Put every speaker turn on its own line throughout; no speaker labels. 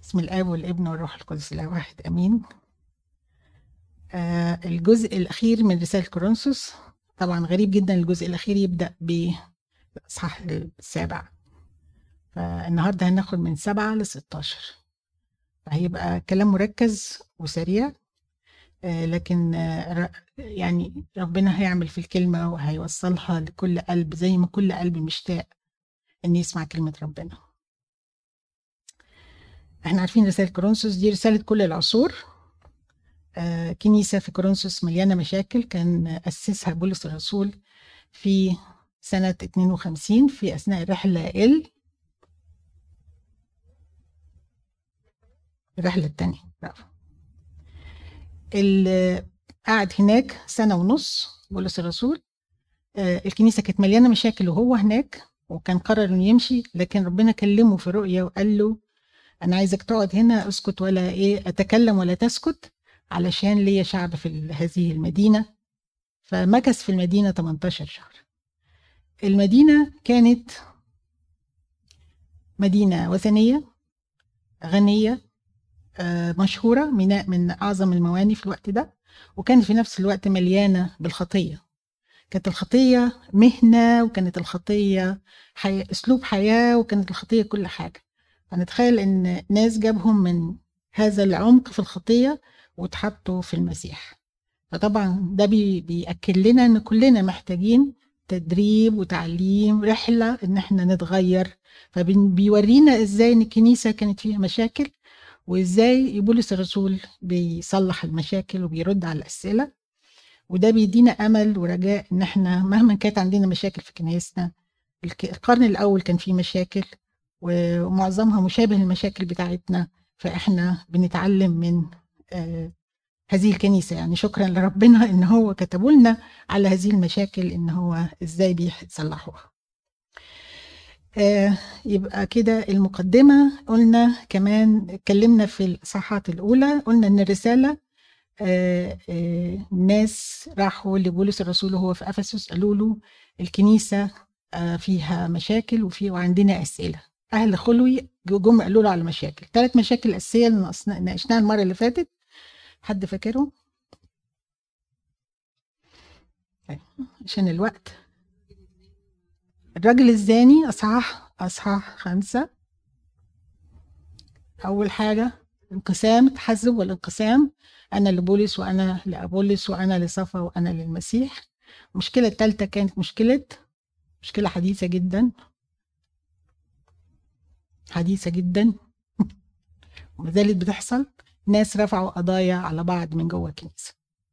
بسم الآب والابن والروح القدس الإله واحد آمين. الجزء الأخير من رسالة كورنثوس، طبعا غريب جدا الجزء الأخير يبدأ بالإصحاح السابع، فالنهاردة هناخد من 7 ل 16، فهيبقى كلام مركز وسريع، لكن يعني ربنا هيعمل في الكلمة وهيوصلها لكل قلب زي ما كل قلب مشتاق إن يسمع كلمة ربنا. احنا عارفين رسالة كورنثوس دي رسالة كل العصور. كنيسة في كورنثوس مليانة مشاكل، كان أسسها بولس الرسول في سنة 52 في أثناء الرحلة الثانية. قعد هناك سنة ونص بولس الرسول. الكنيسة كانت مليانة مشاكل وهو هناك، وكان قرر انه يمشي، لكن ربنا كلمه في رؤية وقال له أنا عايزك تقعد هنا، اسكت ولا أتكلم ولا تسكت، علشان ليا شعب في هذه المدينة. فمكث في المدينة 18 شهر. المدينة كانت مدينة وثنية غنية، مشهورة، ميناء من أعظم المواني في الوقت ده، وكانت في نفس الوقت مليانة بالخطية. كانت الخطية مهنة، وكانت الخطية أسلوب حياة، وكانت الخطية كل حاجة. فنتخيل إن ناس جابهم من هذا العمق في الخطية وتحطوا في المسيح. فطبعا ده بيأكد لنا إن كلنا محتاجين تدريب وتعليم، رحلة إن احنا نتغير. فبيورينا إزاي إن الكنيسة كانت فيها مشاكل، وإزاي بولس الرسول بيصلح المشاكل وبيرد على الأسئلة. وده بيدينا أمل ورجاء إن احنا مهما كانت عندنا مشاكل في كنيستنا. القرن الأول كان فيه مشاكل ومعظمها مشابه للمشاكل بتاعتنا، فإحنا بنتعلم من هذه الكنيسة. يعني شكرا لربنا إن هو كتبوا لنا على هذه المشاكل إن هو إزاي بيصلحوها. يبقى كده المقدمة. قلنا كمان اتكلمنا في الإصحاحات الأولى، قلنا إن الرسالة ناس راحوا لبولس الرسول وهو في أفسس، قالوا له الكنيسة فيها مشاكل وعندنا أسئلة. أهل خلوي جم قالوا له على مشاكل، 3 مشاكل أساسية اللي ناقشناها المرة اللي فاتت. حد فاكرهم؟ عشان الوقت. الراجل الزاني، أصحاح 5. أول حاجة انقسام، التحزب والانقسام، أنا لبولس وأنا لأبولس وأنا لصفا وأنا للمسيح. المشكلة الثالثة كانت مشكلة حديثة جدا وما زالت بتحصل. ناس رفعوا قضايا على بعض من جوه الكنيسة.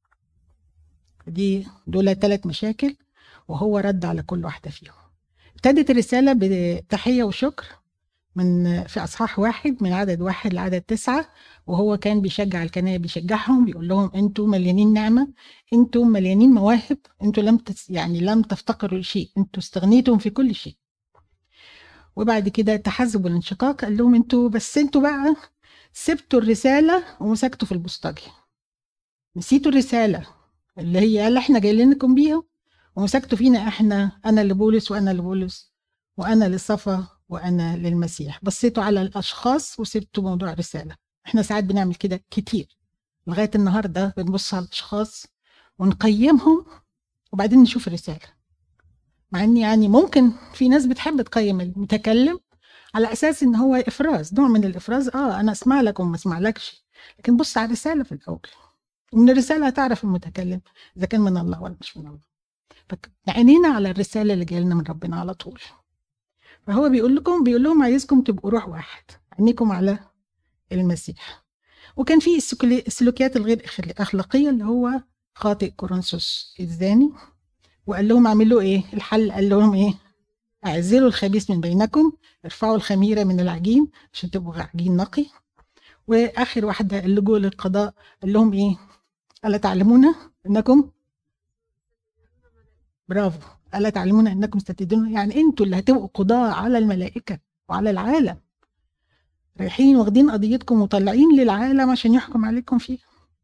دول 3 مشاكل، وهو رد على كل واحدة فيهم. ابتدت الرسالة بتحية وشكر في أصحاح 1 من عدد 1 لعدد 9، وهو كان بيشجع الكنائس، بيشجعهم، بيقول لهم انتوا مليانين نعمة، انتوا مليانين مواهب، انتوا لم تفتقروا لشيء، انتوا استغنيتم في كل شيء. وبعد كده تحزب والانشقاق، قال لهم انتوا بقى سبتوا الرسالة ومسكتوا في البوسطجي، نسيتوا الرسالة اللي احنا جايين لكم بيها، ومسكتوا فينا احنا، انا لبولس وانا لبولس وانا لصفا وانا للمسيح. بصيتوا على الاشخاص وسبتوا موضوع الرسالة. احنا ساعات بنعمل كده كتير لغاية النهاردة، بنبص على الاشخاص ونقيمهم وبعدين نشوف الرسالة. مع ان يعني ممكن في ناس بتحب تقيم المتكلم على اساس ان هو افراز، نوع من الافراز، انا اسمع لك وما اسمعلكش، لكن بص على الرسالة في الاول، ومن الرسالة هتعرف المتكلم اذا كان من الله ولا مش من الله. فعينينا على الرسالة اللي جايه لنا من ربنا على طول. فهو بيقول لهم عايزكم تبقوا روح واحد، عينيكم على المسيح. وكان في السلوكيات الغير اخلاقيه اللي هو خاطئ كورنثوس الزاني، وقال لهم اعملوا ايه الحل؟ قال لهم ايه؟ اعزلوا الخبيث من بينكم، ارفعوا الخميره من العجين عشان تبقوا عجين نقي. واخر واحده اللجوء للقضاء، قال لهم ايه؟ الا تعلمون انكم، برافو، الا تعلمون انكم ستدينون، يعني انتوا اللي هتبقوا قضاة على الملائكه وعلى العالم، رايحين واخدين قضيتكم وطالعين للعالم عشان يحكم عليكم فيه.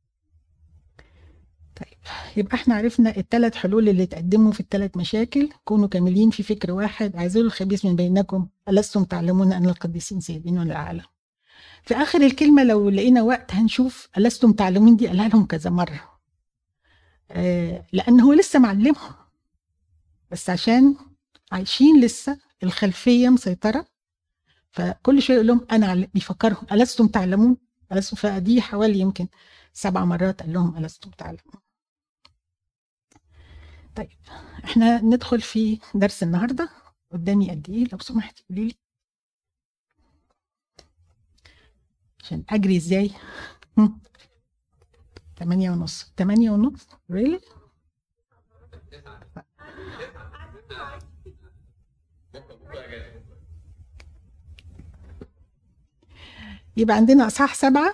طيب، يبقى احنا عرفنا ال3 حلول اللي تقدموا في ال3 مشاكل. كونوا كاملين في فكر واحد، اعزلوا الخبيث من بينكم، ألستم تعلمون أن القديسين سيدينون العالم. في آخر الكلمة لو لقينا وقت هنشوف ألستم تعلمين دي قالها لهم كذا مرة، لأن هو لسه معلمهم، بس عشان عايشين لسه الخلفية مسيطرة، فكل شوية يقول لهم أنا بيفكرهم ألستم تعلمون، ألستم، فدي حوالي يمكن 7 مرات قال لهم ألستم تعلمون. طيب احنا ندخل في درس النهاردة. قدامي قد ايه لو سمحتي قولي لي عشان أجري ازاي؟ 8:30. 8:30 really؟ يبقى عندنا أصحاح 7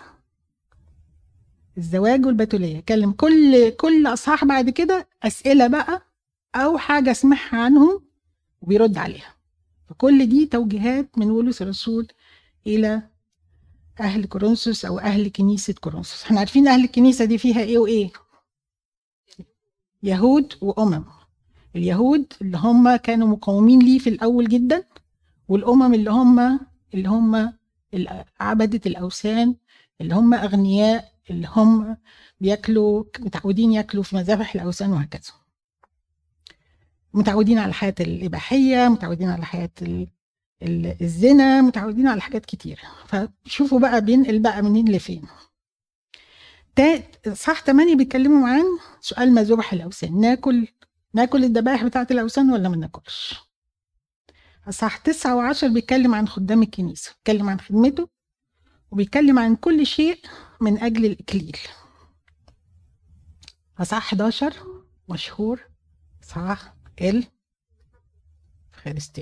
الزواج والبتولية. كلم كل أصحاح بعد كده أسئلة بقى أو حاجة سمعها عنهم وبيرد عليها. فكل دي توجيهات من بولس الرسول إلى أهل كورنثوس أو أهل كنيسة كورنثوس. احنا عارفين أهل الكنيسة دي فيها إيه وإيه؟ يهود وأمم. اليهود اللي هم كانوا مقاومين ليه في الأول جدا، والأمم اللي هم عبدة الأوثان، اللي هم أغنياء، اللي هم بياكلوا متعودين ياكلوا في مذابح الأوثان وهكذا، متعودين على الحياة الإباحية، متعودين على حياة الزنا، متعودين على حاجات كتير. فشوفوا بقى بينقل بقى منين لفين. صح 8 بيتكلموا عن سؤال مذبح الأوثان، ناكل الذبائح بتاعة الأوثان ولا ما ناكلش. صح 9 و10 بيتكلم عن خدام الكنيسة، بيتكلم عن خدمته وبيتكلم عن كل شيء من أجل الإكليل. صح 11 مشهور صح الفخارستية.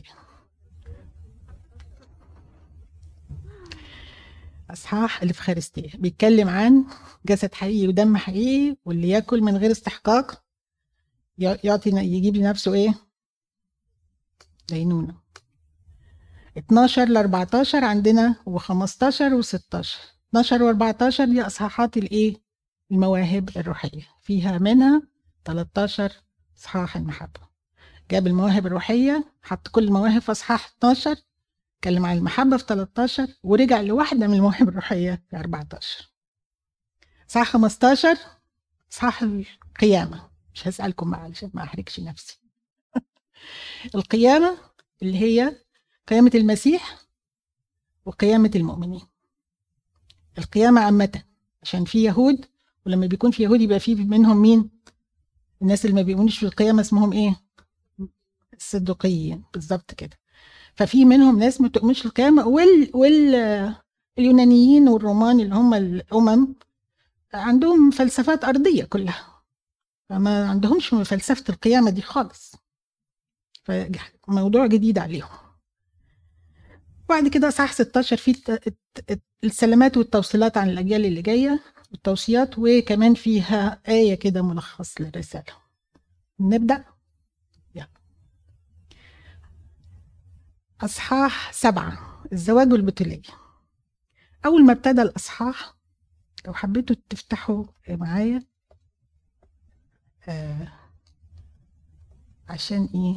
أصحاح الفخارستية بيتكلم عن جسد حقيقي ودم حقيقي، واللي ياكل من غير استحقاق يجيب لنفسه ايه؟ دينونة. 12 ل 14 عندنا و15 و16. 12 و14 دي أصحاحات الايه؟ المواهب الروحية، فيها منها 13 اصحاح المحبة. جاب المواهب الروحية، حط كل المواهب في اصحاح 12، اتكلم عن المحبة في 13، ورجع لواحدة من المواهب الروحية في 14. اصحاح 15 اصحاح القيامة. مش هسألكم بقى علشان ما احرجش نفسي. القيامة اللي هي قيامة المسيح وقيامة المؤمنين. القيامة عامة عشان في يهود، ولما بيكون في يهود يبقى في منهم مين؟ الناس اللي ما بيؤمنوش في القيامة اسمهم ايه؟ الصدوقيين، بالظبط كده. ففي منهم ناس ما تؤمنش في القيامة، اليونانيين والرومان اللي هم الأمم عندهم فلسفات أرضية كلها، فما عندهمش فلسفة القيامة دي خالص، فموضوع جديد عليهم. بعد كده صح 16 في السلامات والتوصيلات عن الأجيال اللي جاية والتوصيات، وكمان فيها آية كده ملخص للرسالة. نبدأ. يلا. أصحاح 7 الزواج والبتولية. أول ما ابتدى الأصحاح، لو حبيتوا تفتحوا معايا عشان ايه،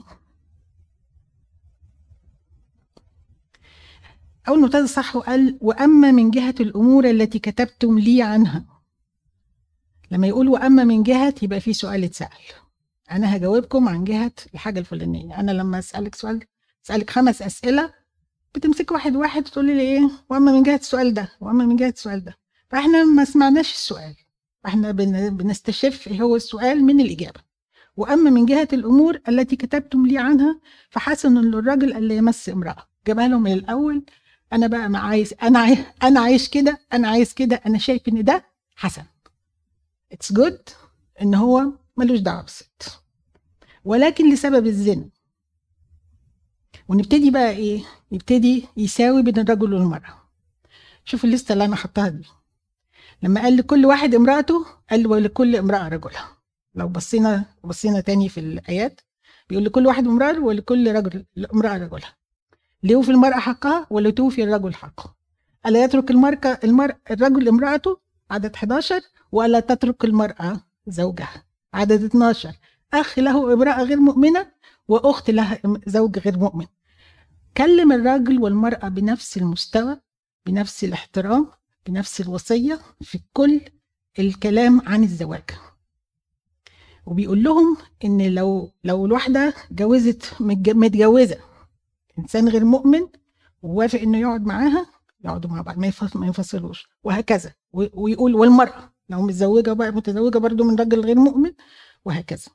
أول ما ابتدى الصح وقال وأما من جهة الأمور التي كتبتم لي عنها. لما يقول وأما من جهة يبقى في سؤال اتسأل، أنا هجاوبكم عن جهة الحاجة الفلانية. أنا لما أسألك سؤال، أسألك 5 أسئلة، بتمسك واحد واحد تقولي لي إيه وأما من جهة السؤال ده وأما من جهة السؤال ده. فإحنا ما سمعناش السؤال، إحنا بنستشف إيه هو السؤال من الإجابة. وأما من جهة الأمور التي كتبتم لي عنها فحسن للرجل ألا يمس امرأة. جابها لهم من الأول. أنا بقى ما عايز، أنا عايز كده، أنا عايز كده، أنا شايف إن ده حسن، it's good، إن هو ملوش دعوة بالست، ولكن لسبب الزنا. ونبتدي بقى إيه؟ يبتدي يساوي بين الرجل والمرأة. شوف الليستة اللي أنا حطها دي، لما قال لكل واحد امرأته قال ولكل امرأة رجلها. لو بصينا تاني في الآيات بيقول لكل واحد امرأة ولكل رجل امرأة رجلها. ليوفي المرأة حقها ولتوفي الرجل حقه. ألا يترك الرجل امرأته عدد 11، وألا تترك المرأة زوجها عدد 12. أخ له امرأة غير مؤمنة وأخت لها زوج غير مؤمن. كلم الرجل والمرأة بنفس المستوى بنفس الاحترام، بنفس الوصية في كل الكلام عن الزواج. وبيقول لهم ان لو الواحدة متجوزة انسان غير مؤمن ووافق انه يقعد معاها، يقعدوا مع بعض، ما ينفصلوش، وهكذا. ويقول والمرأة لو متزوجة برضو من راجل غير مؤمن، وهكذا.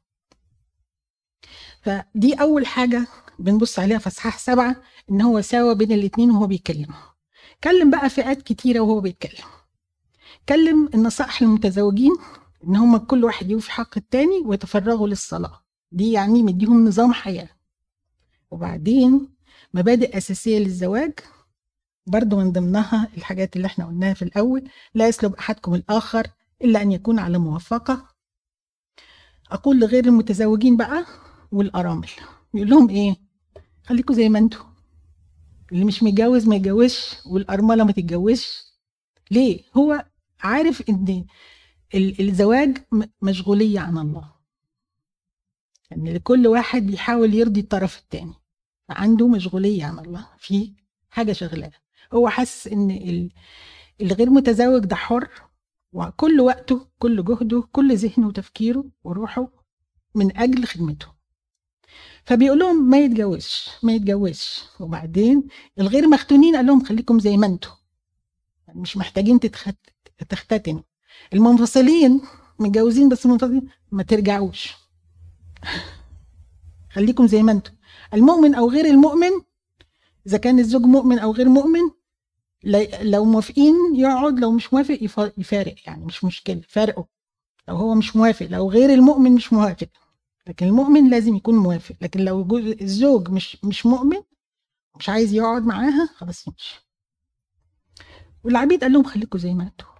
فدي اول حاجة بنبص عليها في اصحاح 7، ان هو ساوى بين الاتنين وهو بيتكلم. كلم بقى فئات كتيرة وهو بيتكلم. كلم النصائح للمتزوجين ان هم كل واحد يوفي حق التاني ويتفرغوا للصلاة، دي يعني مديهم نظام حياة. وبعدين مبادئ أساسية للزواج، برضو من ضمنها الحاجات اللي احنا قلناها في الأول: لا يسلب أحدكم الآخر إلا أن يكون على موافقة. أقول لغير المتزوجين بقى والأرامل، يقول لهم إيه؟ خليكم زي ما انتوا، اللي مش متجوز ما يتجوزش، والأرملة ما تتجوزش. ليه؟ هو عارف ان الزواج مشغولية عن الله، ان يعني لكل واحد بيحاول يرضي الطرف التاني، عنده مشغولية عن الله، في حاجة شغلاه. هو حاسس ان الغير متزوج ده حر، وكل وقته كل جهده كل ذهنه وتفكيره وروحه من اجل خدمته. فبيقول لهم ما يتجوزش ما يتجوزش. وبعدين الغير مختونين قال لهم خليكم زي ما انتم، يعني مش محتاجين تختتنوا. المنفصلين متجوزين بس منفصلين ما ترجعوش، خليكم زي ما انتم. المؤمن او غير المؤمن، اذا كان الزوج مؤمن او غير مؤمن، لو موافقين يقعد، لو مش موافق يفارق، يعني مش مشكله، فارقه لو هو مش موافق، لو غير المؤمن مش موافق. لكن المؤمن لازم يكون موافق. لكن لو الزوج مش مؤمن، مش عايز يقعد معاها، خلاص يمشي. والعبيد قال لهم خليكم زي ما انتم.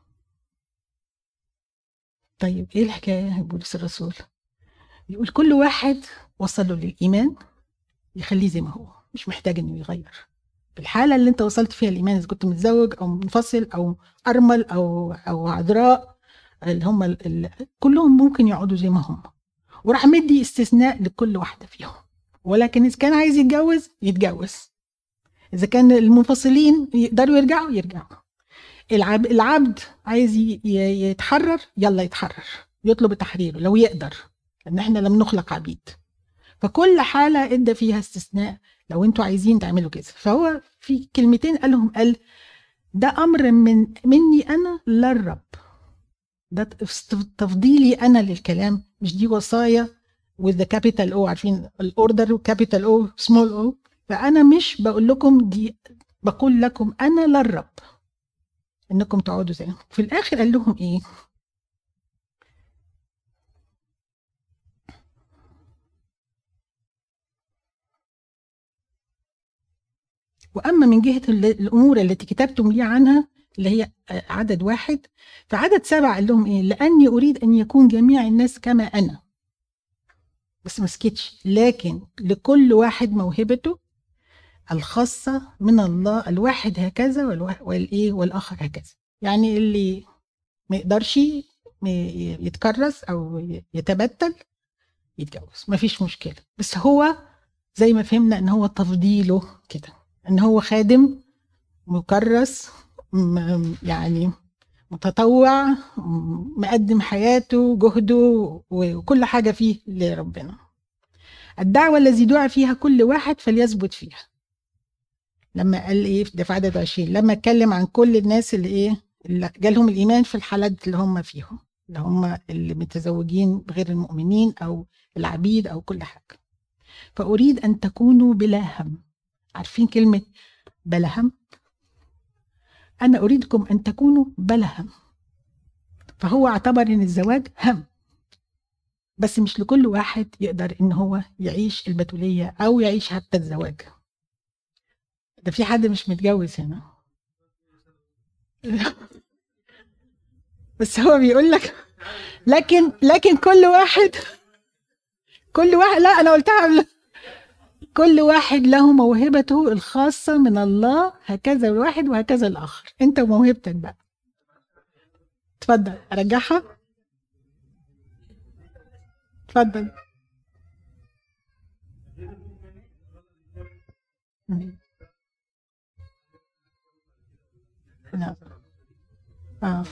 طيب ايه الحكايه يا بولس الرسول؟ يقول كل واحد وصل له للايمان يخليه زي ما هو، مش محتاج انه يغير. في الحاله اللي انت وصلت فيها الايمان، اذا كنت متزوج او منفصل او ارمل او عذراء، اللي هم كلهم ممكن يقعدوا زي ما هم. وراح مدي استثناء لكل واحده فيهم. ولكن اذا كان عايز يتجوز يتجوز، اذا كان المنفصلين يقدروا يرجعوا. العبد عايز يتحرر، يلا يتحرر، يطلب تحريره لو يقدر، لان احنا لم نخلق عبيد. فكل حالة ادى فيها استثناء لو انتوا عايزين تعملوا كده. فهو في كلمتين قال ده امر مني انا للرب، ده تفضيلي انا للكلام، مش دي وصايا with the capital O، عارفين الاوردر capital O small O. فانا مش بقول لكم دي، بقول لكم انا للرب انكم تقعدوا زي. في الاخر قال لهم ايه؟ واما من جهه الامور التي كتبتم لي عنها، اللي هي عدد 1، فعدد 7 قال لهم ايه؟ لاني اريد ان يكون جميع الناس كما انا. بس ما سكتش، لكن لكل واحد موهبته الخاصه من الله، الواحد هكذا والايه والاخر هكذا. يعني اللي ما يقدرش يتكرس او يتبتل يتجوز، ما فيش مشكله. بس هو زي ما فهمنا ان هو تفضيله كده، ان هو خادم مكرس، يعني متطوع، مقدم حياته جهده وكل حاجة فيه لربنا. الدعوة الذي دعا فيها كل واحد فليثبت فيها. لما قال ايه ده في عدد 20، لما اتكلم عن كل الناس اللي ايه اللي جالهم الايمان في الحالات اللي هم فيهم، اللي هم اللي متزوجين بغير المؤمنين او العبيد او كل حاجة. فأريد أن تكونوا بلا هم. عارفين كلمة بلا هم؟ أنا أريدكم أن تكونوا بلا هم. فهو اعتبر ان الزواج هم، بس مش لكل واحد يقدر ان هو يعيش البتولية او يعيش حتى الزواج. ده في حد مش متجوز هنا بس هو بيقول لك لكن كل واحد لا انا قلتها كل واحد له موهبته الخاصة من الله، هكذا الواحد وهكذا الآخر. انت وموهبتك بقى. اتفضل ارجعها. اتفضل. نعم. اه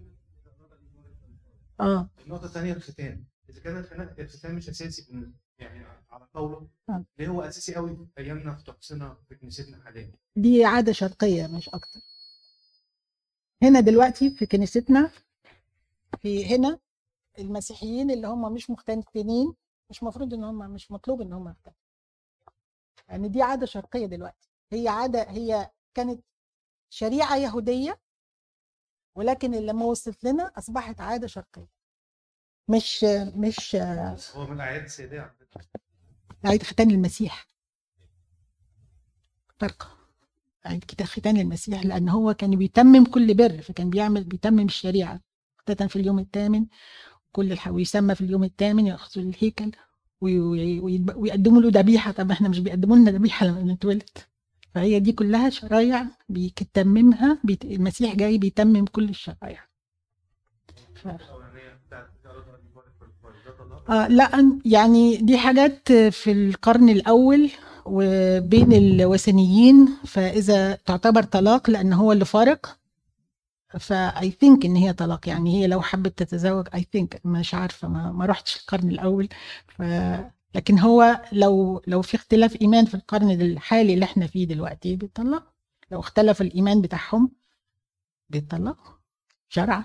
اه
النقطة الثانية الختان، إذا كان الختان مش أساسي يعني على قوله،
آه.
ليه هو أساسي قوي في أيامنا في طقسنا في كنيستنا حاليا؟
دي عادة شرقية مش أكتر. هنا دلوقتي في كنيستنا، في هنا المسيحيين اللي هم مش مختنين مش مفروض ان هم، مش مطلوب ان هم يختنوا. يعني دي عادة شرقية دلوقتي، هي عادة، هي كانت شريعة يهودية، ولكن لما وصلت لنا أصبحت عادة شرقية. مش
هو من الأعياد السيدية على فكرة.
عيد ختان المسيح، فرق عيد كده ختان المسيح، لأن هو كان بيتمم كل بر، فكان بيتمم الشريعة ختان في اليوم الثامن، كل ويسمى في اليوم الثامن يأخذوا الهيكل ويقدموا له ذبيحة. طب احنا مش بيقدموا لنا ذبيحة لما نتولد؟ فهي دي كلها شرايع بيتممها، المسيح جاي بيتمم كل الشرايع. لا يعني دي حاجات في القرن الأول وبين الوثنيين، فإذا تعتبر طلاق لأن هو اللي فارق، فاي ثينك ان هي طلاق. يعني هي لو حبت تتزوج اي ثينك، مش عارفه، ما رحتش القرن الاول. لكن هو لو في اختلاف ايمان في القرن الحالي اللي احنا فيه دلوقتي بيطلق، لو اختلف الايمان بتاعهم بيطلق شرعا.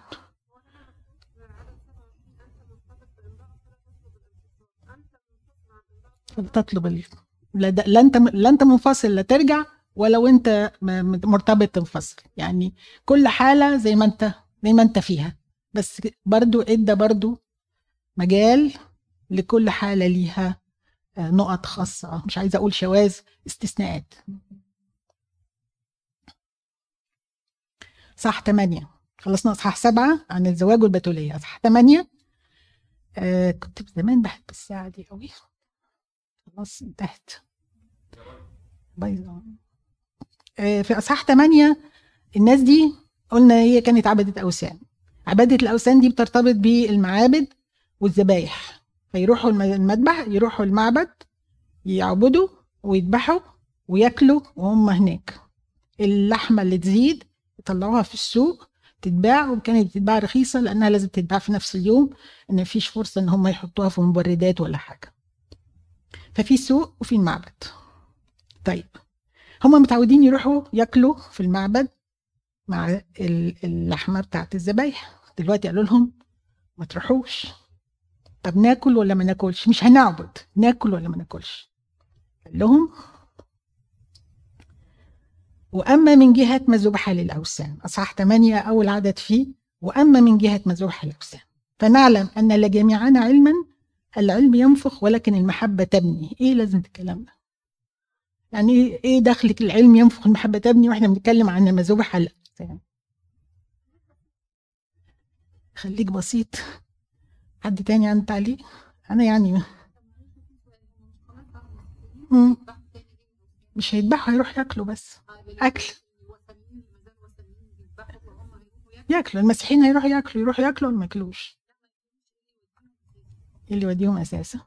تطلب لا انت منفصل لا ترجع، ولو انت مرتبط تنفصل. يعني كل حالة زي ما انت فيها، بس برضو ادى برضو مجال لكل حالة ليها نقط خاصة، مش عايزة اقول شواذ، استثناءات. صح 8 خلصنا. اصحاح 7 عن الزواج والبتولية. اصحاح 8 كنت زمان بحب الساعة دي قوي، خلاص انتهت بايظة. في اصحاح 8 الناس دي قلنا هي كانت عبدة أوثان. عبادة الأوثان دي بترتبط بالمعابد والذبايح، فيروحوا المذبح، يروحوا المعبد يعبدوا ويذبحوا وياكلوا وهم هناك. اللحمة اللي تزيد يطلعوها في السوق تتباع، وكانت بتتباع رخيصة لأنها لازم تتباع في نفس اليوم، إن مفيش فرصة إن هم يحطوها في مبردات ولا حاجة. ففي سوق وفي المعبد. طيب هم متعودين يروحوا ياكلوا في المعبد مع اللحمة بتاعت الذبايح. دلوقتي قالوا لهم ما تروحوش. طب ناكل ولا ما ناكلش؟ مش هنعبد، ناكل ولا ما ناكلش؟ قال لهم وأما من جهة ما ذبح للأوثان، أصحاح 8 أول عدد فيه وأما من جهة ما ذبح للأوثان فنعلم أن لجميعنا علما، العلم ينفخ ولكن المحبة تبني. إيه لازم الكلام ده؟ يعني إيه دخلك العلم ينفخ المحبة تبني وإحنا بنتكلم عن ما ذبح للأوثان؟ خليك بسيط. حد تاني عن تعليق؟ أنا يعني مش هيذبحوا، هيروح ياكلوا بس أكل. ياكلوا المسيحيين، هيروحوا ياكلوا ولا ما ياكلوش؟ إيه اللي يوديهم أساسا؟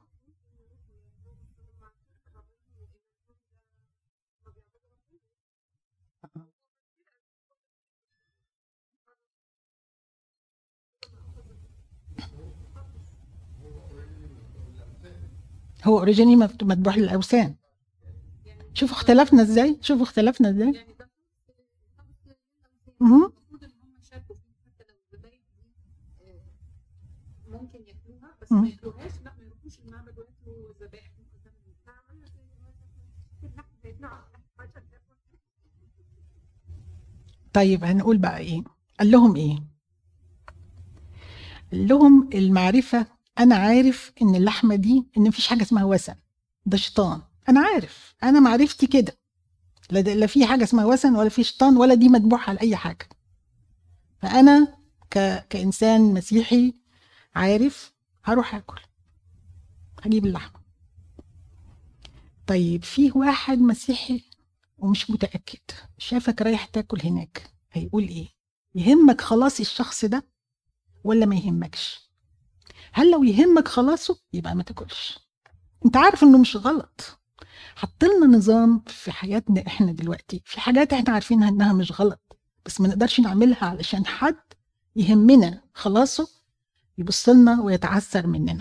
هو اوريجيني مذبوح للاوثان. شوفوا اختلفنا ازاي.
ممكن ياكلوها بس ما ياكلوهاش، لا ما يروحوش المعبد وياكلوا الذبائح.
طيب هنقول بقى ايه؟ قال لهم ايه؟ قال لهم المعرفة. انا عارف ان اللحمة دي، ان مفيش حاجة اسمها وثن، ده شيطان. انا عارف، انا معرفتي كده، لا في حاجة اسمها وثن ولا في شيطان ولا دي مذبوحة لأي حاجة. فأنا كإنسان مسيحي عارف هروح أكل، هجيب اللحمة. طيب فيه واحد مسيحي ومش متأكد، شافك رايح تاكل هناك، هيقول ايه؟ يهمك خلاص الشخص ده ولا ما يهمكش؟ هل لو يهمك خلاصه يبقى ما تاكلش، انت عارف انه مش غلط. حط لنا نظام في حياتنا احنا دلوقتي، في حاجات احنا عارفينها انها مش غلط بس ما نقدرش نعملها علشان حد يهمنا خلاصه يبص لنا ويتعثر مننا.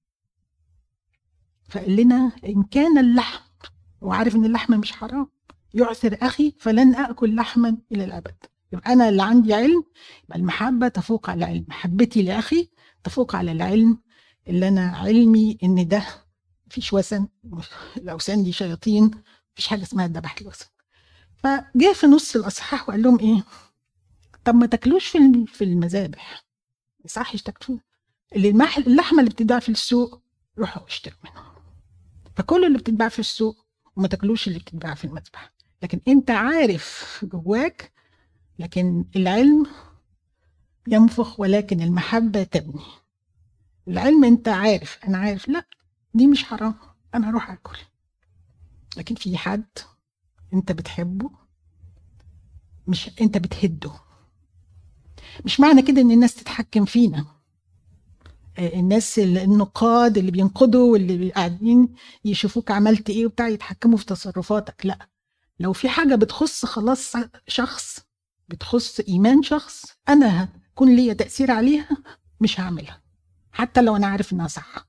فقال لنا إن كان اللحم، وعارف إن اللحم مش حرام، يعثر أخي فلن أكل لحما إلى الأبد. يبقى أنا اللي عندي علم، يبقى المحبة تفوق على العلم، محبتي لأخي تفوق على العلم اللي أنا علمي إن ده مفيش وثن، الأوثان دي شياطين، مفيش حاجة اسمها ذبح الوثن. فجاء في نص الأصحاح وقال لهم إيه؟ طب ما تاكلوش في المذابح، يصحش تاكلوا اللحمة اللي بتتباع في السوق، روحوا اشتروا منهم. فكل اللي بتتباع في السوق وما تاكلوش اللي بتتباع في المذبح. لكن انت عارف جواك، لكن العلم ينفخ ولكن المحبة تبني. العلم انت عارف، انا عارف، لا دي مش حرام، انا هروح اكل. لكن في حد انت بتحبه، مش انت بتهده. مش معنى كده ان الناس تتحكم فينا، الناس النقاد اللي بينقدوا واللي قاعدين يشوفوك عملت ايه وبتاع يتحكموا في تصرفاتك، لا. لو في حاجة بتخص خلاص شخص، بتخص ايمان شخص، انا هكون ليا تأثير عليها، مش هعملها حتى لو انا عارف انها صح.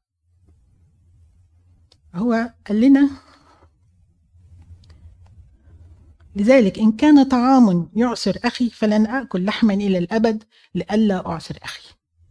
هو قال لنا لذلك إن كان طعام يعسر أخي فلن أكل لحما إلى الأبد لئلا أعسر أخي.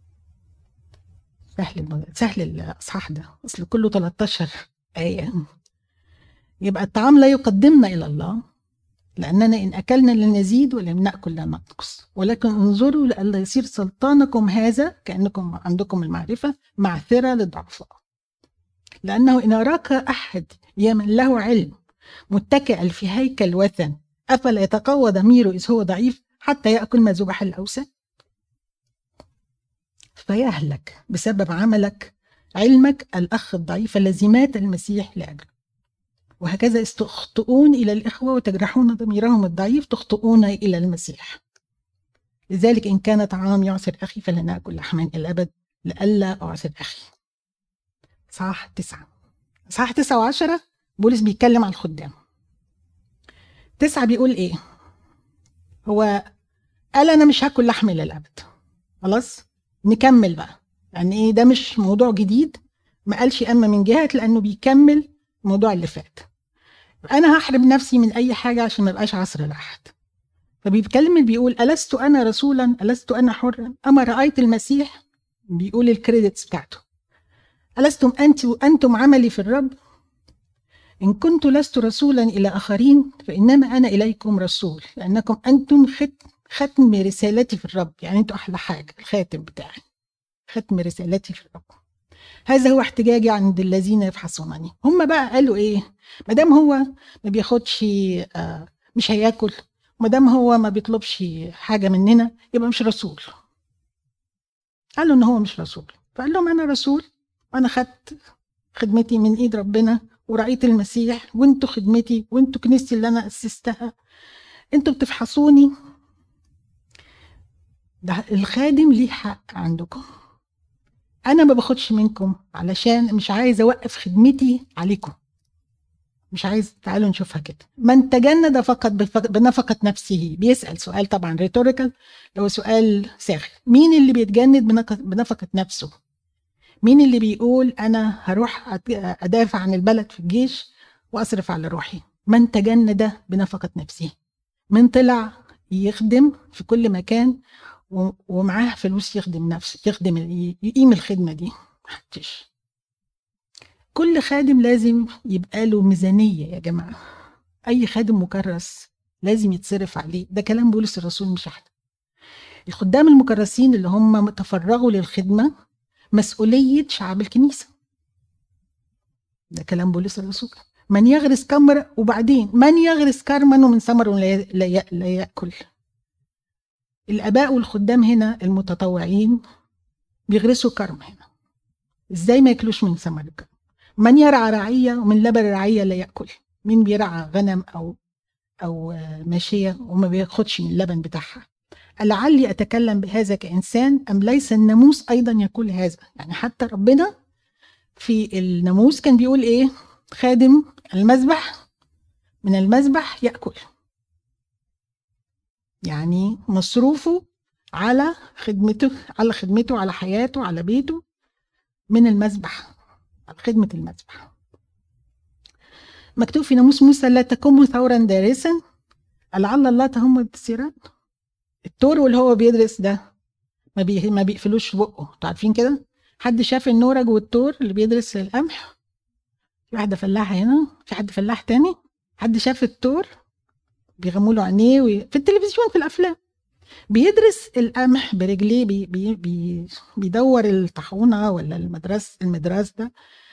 سهل الأصحاح ده، أصل كله 13 آية. يبقى الطعام لا يقدمنا إلى الله، لأننا إن أكلنا لنزيد ولم نأكل لا ننقص، ولكن انظروا لئلا يصير سلطانكم هذا، كأنكم عندكم المعرفة، معثرة للضعفاء. لأنه إن أراك أحد يمن له علم متكئا في هيكل وثن، أفلا يتقوى ضميره إذ هو ضعيف حتى يأكل ما ذبح الأوثان؟ فيهلك بسبب عملك علمك الأخ الضعيف الذي مات المسيح لأجله. وهكذا استخطئون إلى الإخوة وتجرحون ضميرهم الضعيف، تخطئون إلى المسيح. لذلك إن كان طعام يعسر أخي فلن أكل لحما إلى الأبد لئلا أعسر أخي. صح 9 و10 بولس بيتكلم عن الخدام. 9 بيقول إيه؟ هو قال أنا مش هاكل لحم إلى الأبد. خلاص نكمل بقى، يعني إيه ده مش موضوع جديد، ما قالش أما من جهة، لأنه بيكمل الموضوع اللي فات. أنا هحرم نفسي من أي حاجة عشان ما بقاش عصر لأحد. فبيتكلم بيقول ألست أنا رسولا، ألست أنا حرا، أما رأيت المسيح، بيقول الكريدتس بتاعته، ألستم أنتم عملي في الرب، إن كنت لست رسولا إلى آخرين فإنما أنا إليكم رسول، لأنكم أنتم ختم رسالتي في الرب. يعني أنتم أحلى حاجة، الخاتم بتاعي، ختم رسالتي في الرب. هذا هو احتجاجي عند الذين يفحصونني. هم بقى قالوا إيه؟ مدام هو ما بياخدش مش هياكل، مدام هو ما بيطلبش حاجة مننا، يبقى مش رسول. قالوا إن هو مش رسول. فقال لهم أنا رسول، وأنا خدت خدمتي من إيد ربنا، ورأيت المسيح، وانتوا خدمتي، وانتوا كنيستي اللي أنا أسستها، انتوا بتفحصوني. ده الخادم ليه حق عندكم، أنا ما باخدش منكم علشان مش عايز أوقف خدمتي عليكم، مش عايز. تعالوا نشوفها كده. من تجند فقط بنفقة نفسه. بيسأل سؤال طبعا ريتوريكال، لو سؤال ساخر. مين اللي بيتجند بنفقة نفسه؟ مين اللي بيقول أنا هروح أدافع عن البلد في الجيش وأصرف على روحي؟ من تجند بنفقة نفسه. من طلع يخدم في كل مكان ومعاه فلوس يخدم نفسه، يقيم الخدمة دي؟ محدش. كل خادم لازم يبقى له ميزانية يا جماعة. أي خادم مكرس لازم يتصرف عليه، ده كلام بولس الرسول مش احنا. الخدام المكرسين اللي هم تفرغوا للخدمة مسؤولية شعب الكنيسة، ده كلام بولس الرسول. من يغرس كمر، وبعدين من يغرس كرما ومن ثمر لا يأكل. الآباء والخدام هنا المتطوعين بيغرسوا كرم هنا، ازاي ما ياكلوش من ثمر الكرم؟ من يرعى رعية ومن لبن الرعية لا يأكل. مين بيرعى غنم أو ماشية وما بياخدش من اللبن بتاعها؟ لعلي أتكلم بهذا كإنسان أم ليس الناموس أيضا يقول هذا؟ يعني حتى ربنا في الناموس كان بيقول إيه؟ خادم المذبح من المذبح يأكل. يعني مصروفه على خدمته على حياته على بيته من المذبح، على خدمة المذبح. مكتوب في ناموس موسى: لا تقوموا ثورا دارسا لعل الله تهم بالسيران. التور واللي هو بيدرس ده ما بيقفلوش بقه، انتوا عارفين كده؟ حد شاف النورج والتور اللي بيدرس القمح؟ في واحدة فلاحة هنا، في حد فلاح تاني؟ حد شاف التور؟ بيغموا له عينيه في التلفزيون في الافلام. بيدرس القمح برجليه، بيدور الطاحونه ولا المدرس ده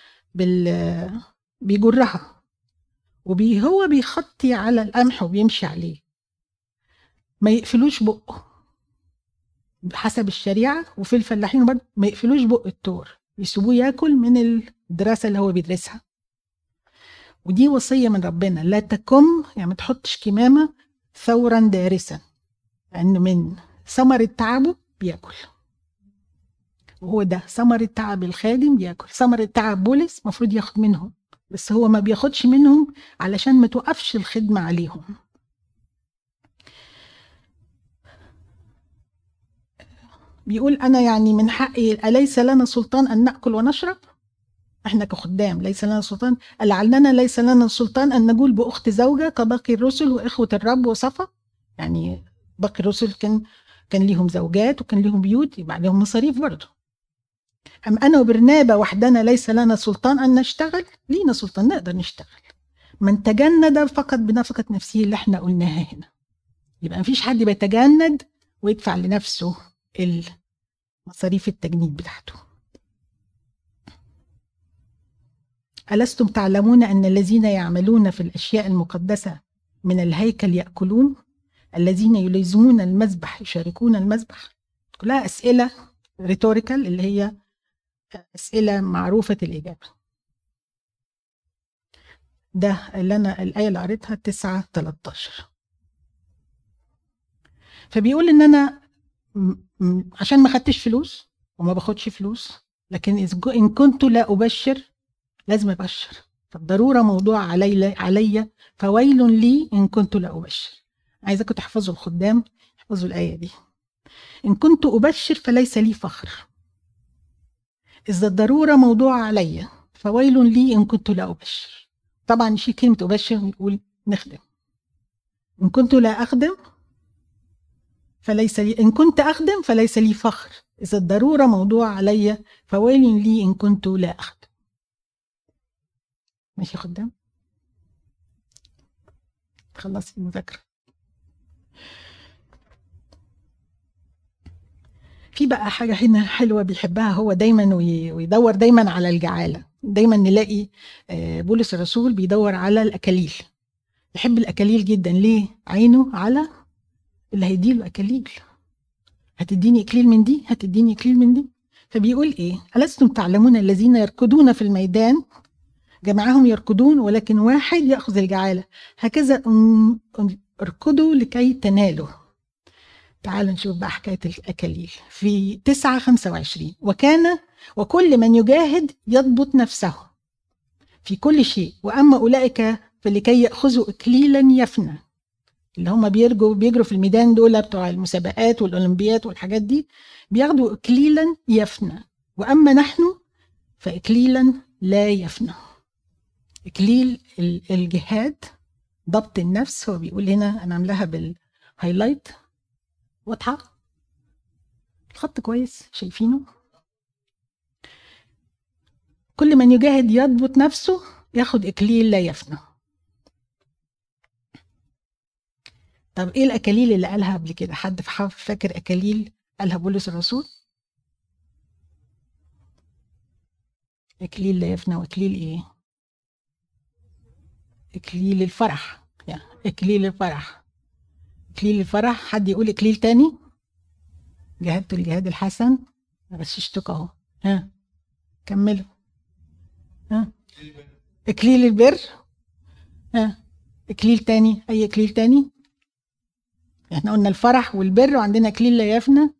بيجرها، هو بيخطي على القمح وبيمشي عليه. ما يقفلوش بقه بحسب الشريعه، وفي الفلاحين برضه ما يقفلوش بق التور، يسيبوه ياكل من الدراسه اللي هو بيدرسها. ودي وصيه من ربنا: لا تكم، يعني ما تحطش كمامه ثورا دارسا، لأن من ثمر تعبه بياكل. وهو ده ثمر تعب الخادم، بياكل. ثمر تعب بولس مفروض ياخد منهم، بس هو ما بياخدش منهم علشان ما توقفش الخدمة عليهم. بيقول أنا يعني من حقي، أليس لنا سلطان أن نأكل ونشرب؟ احنا كخدام ليس لنا سلطان؟ لعلنا ليس لنا سلطان أن نقول بأخت زوجة كباقي الرسل وإخوة الرب وصفا؟ يعني باقي الرسل كان ليهم زوجات وكان ليهم بيوت، يبقى عليهم مصاريف برضه. أم أنا وبرنابا وحدنا ليس لنا سلطان أن نشتغل؟ لينا سلطان، نقدر نشتغل. من تجند فقط بنفقة نفسه اللي احنا قلناها هنا. يبقى مفيش حد بيتجند ويدفع لنفسه مصاريف التجنيد بتاعته. ألستم تعلمون أن الذين يعملون في الأشياء المقدسة من الهيكل يأكلون؟ الذين يلزمون المذبح يشاركون المذبح؟ كلها أسئلة ريتوريكال، اللي هي أسئلة معروفة الإجابة. ده اللي أنا الآية اللي قريتها 9:13. فبيقول إن أنا عشان ما خدتش فلوس وما باخدش فلوس، لكن إن كنت لا أبشر لازم أبشر، فالضرورة موضوع علي فويل لي إن كنت لا أبشر. عايزاكم تحفظوا الخدام، احفظوا الآية دي: إن كنت أبشر فليس لي فخر، إذا الضرورة موضوع علي فويل لي إن كنت لا أبشر. طبعا شيء كلمة أبشر نقول نخدم. إن كنت لا أخدم فليس لي، إن كنت أخدم فليس لي فخر، إذا الضرورة موضوع علي فويل لي إن كنت لا أخدم. ماشي يا خدام؟ خلصي المذاكرة. في بقى حاجة هنا حلوة بيحبها هو دايما، ويدور دايما على الجعالة. دايما نلاقي بولس الرسول بيدور على الأكاليل، يحب الأكاليل جدا. ليه؟ عينه على اللي هيديله أكاليل. هتديني إكليل من دي، هتديني إكليل من دي. فبيقول إيه؟ ألستم تعلمون الذين يركضون في الميدان جمعهم يركضون ولكن واحد يأخذ الجعالة، هكذا اركضوا لكي تنالوا. تعالوا نشوف بقى حكاية الأكاليل في 9:25. وكل من يجاهد يضبط نفسه في كل شيء، وأما أولئك فلكي يأخذوا إكليلا يفنى. اللي هم بيجروا في الميدان دول بتوع المسابقات والأولمبيات والحاجات دي، بياخدوا إكليلا يفنى، وأما نحن فإكليلا لا يفنى. إكليل الجهاد، ضبط النفس. هو بيقول هنا، أنا عاملاها بالهايلايت، واضحة الخط كويس، شايفينه؟ كل من يجاهد يضبط نفسه ياخد إكليل لا يفنى. طب إيه الأكاليل اللي قالها قبل كده؟ حد فاكر أكاليل قالها بولس الرسول؟ إكليل لا يفنى، وإكليل إيه؟ إكليل الفرح. يعني إكليل الفرح، إكليل الفرح. حد يقول إكليل تاني؟ جاهدت الجهاد الحسن، غششتك أهو. ها كملوا. ها إكليل البر. ها إكليل تاني، أي إكليل تاني؟ احنا قلنا الفرح والبر، وعندنا إكليل لا يفنى.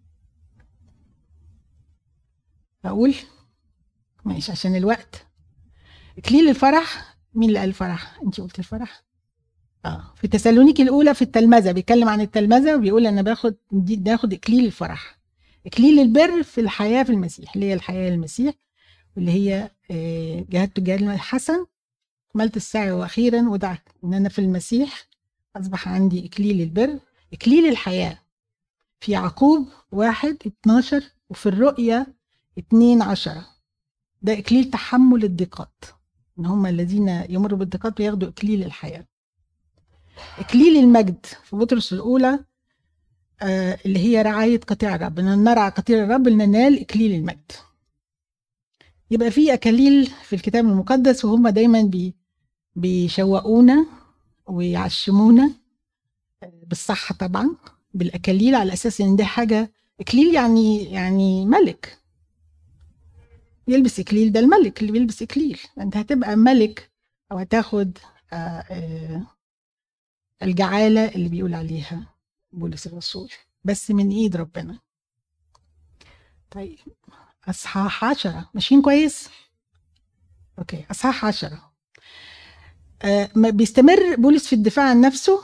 أقول ماشي عشان الوقت. إكليل الفرح، مين اللي قال الفرح؟ أنت قلت الفرح. في تسالونيكي الاولى في التلمذه بيتكلم عن التلمذه وبيقول انا ناخد اكليل الفرح، اكليل البر في الحياه في المسيح، اللي هي الحياه المسيح، واللي هي جهدت جهاد الحسن، كملت السعي واخيرا ودعت ان انا في المسيح اصبح عندي اكليل البر، اكليل الحياه في يعقوب 1:12 وفي الرؤيا 2:10. ده اكليل تحمل الضيقات، ان هم الذين يمروا بالضيقات بياخدوا اكليل الحياه. اكليل المجد في بطرس الاولى اللي هي رعايه قطيع الرب، ان نرعى قطيع الرب لننال اكليل المجد. يبقى في اكاليل في الكتاب المقدس وهم دايما بيشوقونا ويعشمونا بالصح طبعا بالاكاليل، على اساس ان ده حاجه اكليل يعني ملك يلبس اكليل، ده الملك اللي بيلبس اكليل، انت هتبقى ملك او هتاخد الجعاله اللي بيقول عليها بولس الرسول، بس من ايد ربنا. طيب اصحاح 10 ماشيين كويس؟ اوكي، اصحاح 10 بيستمر بولس في الدفاع عن نفسه،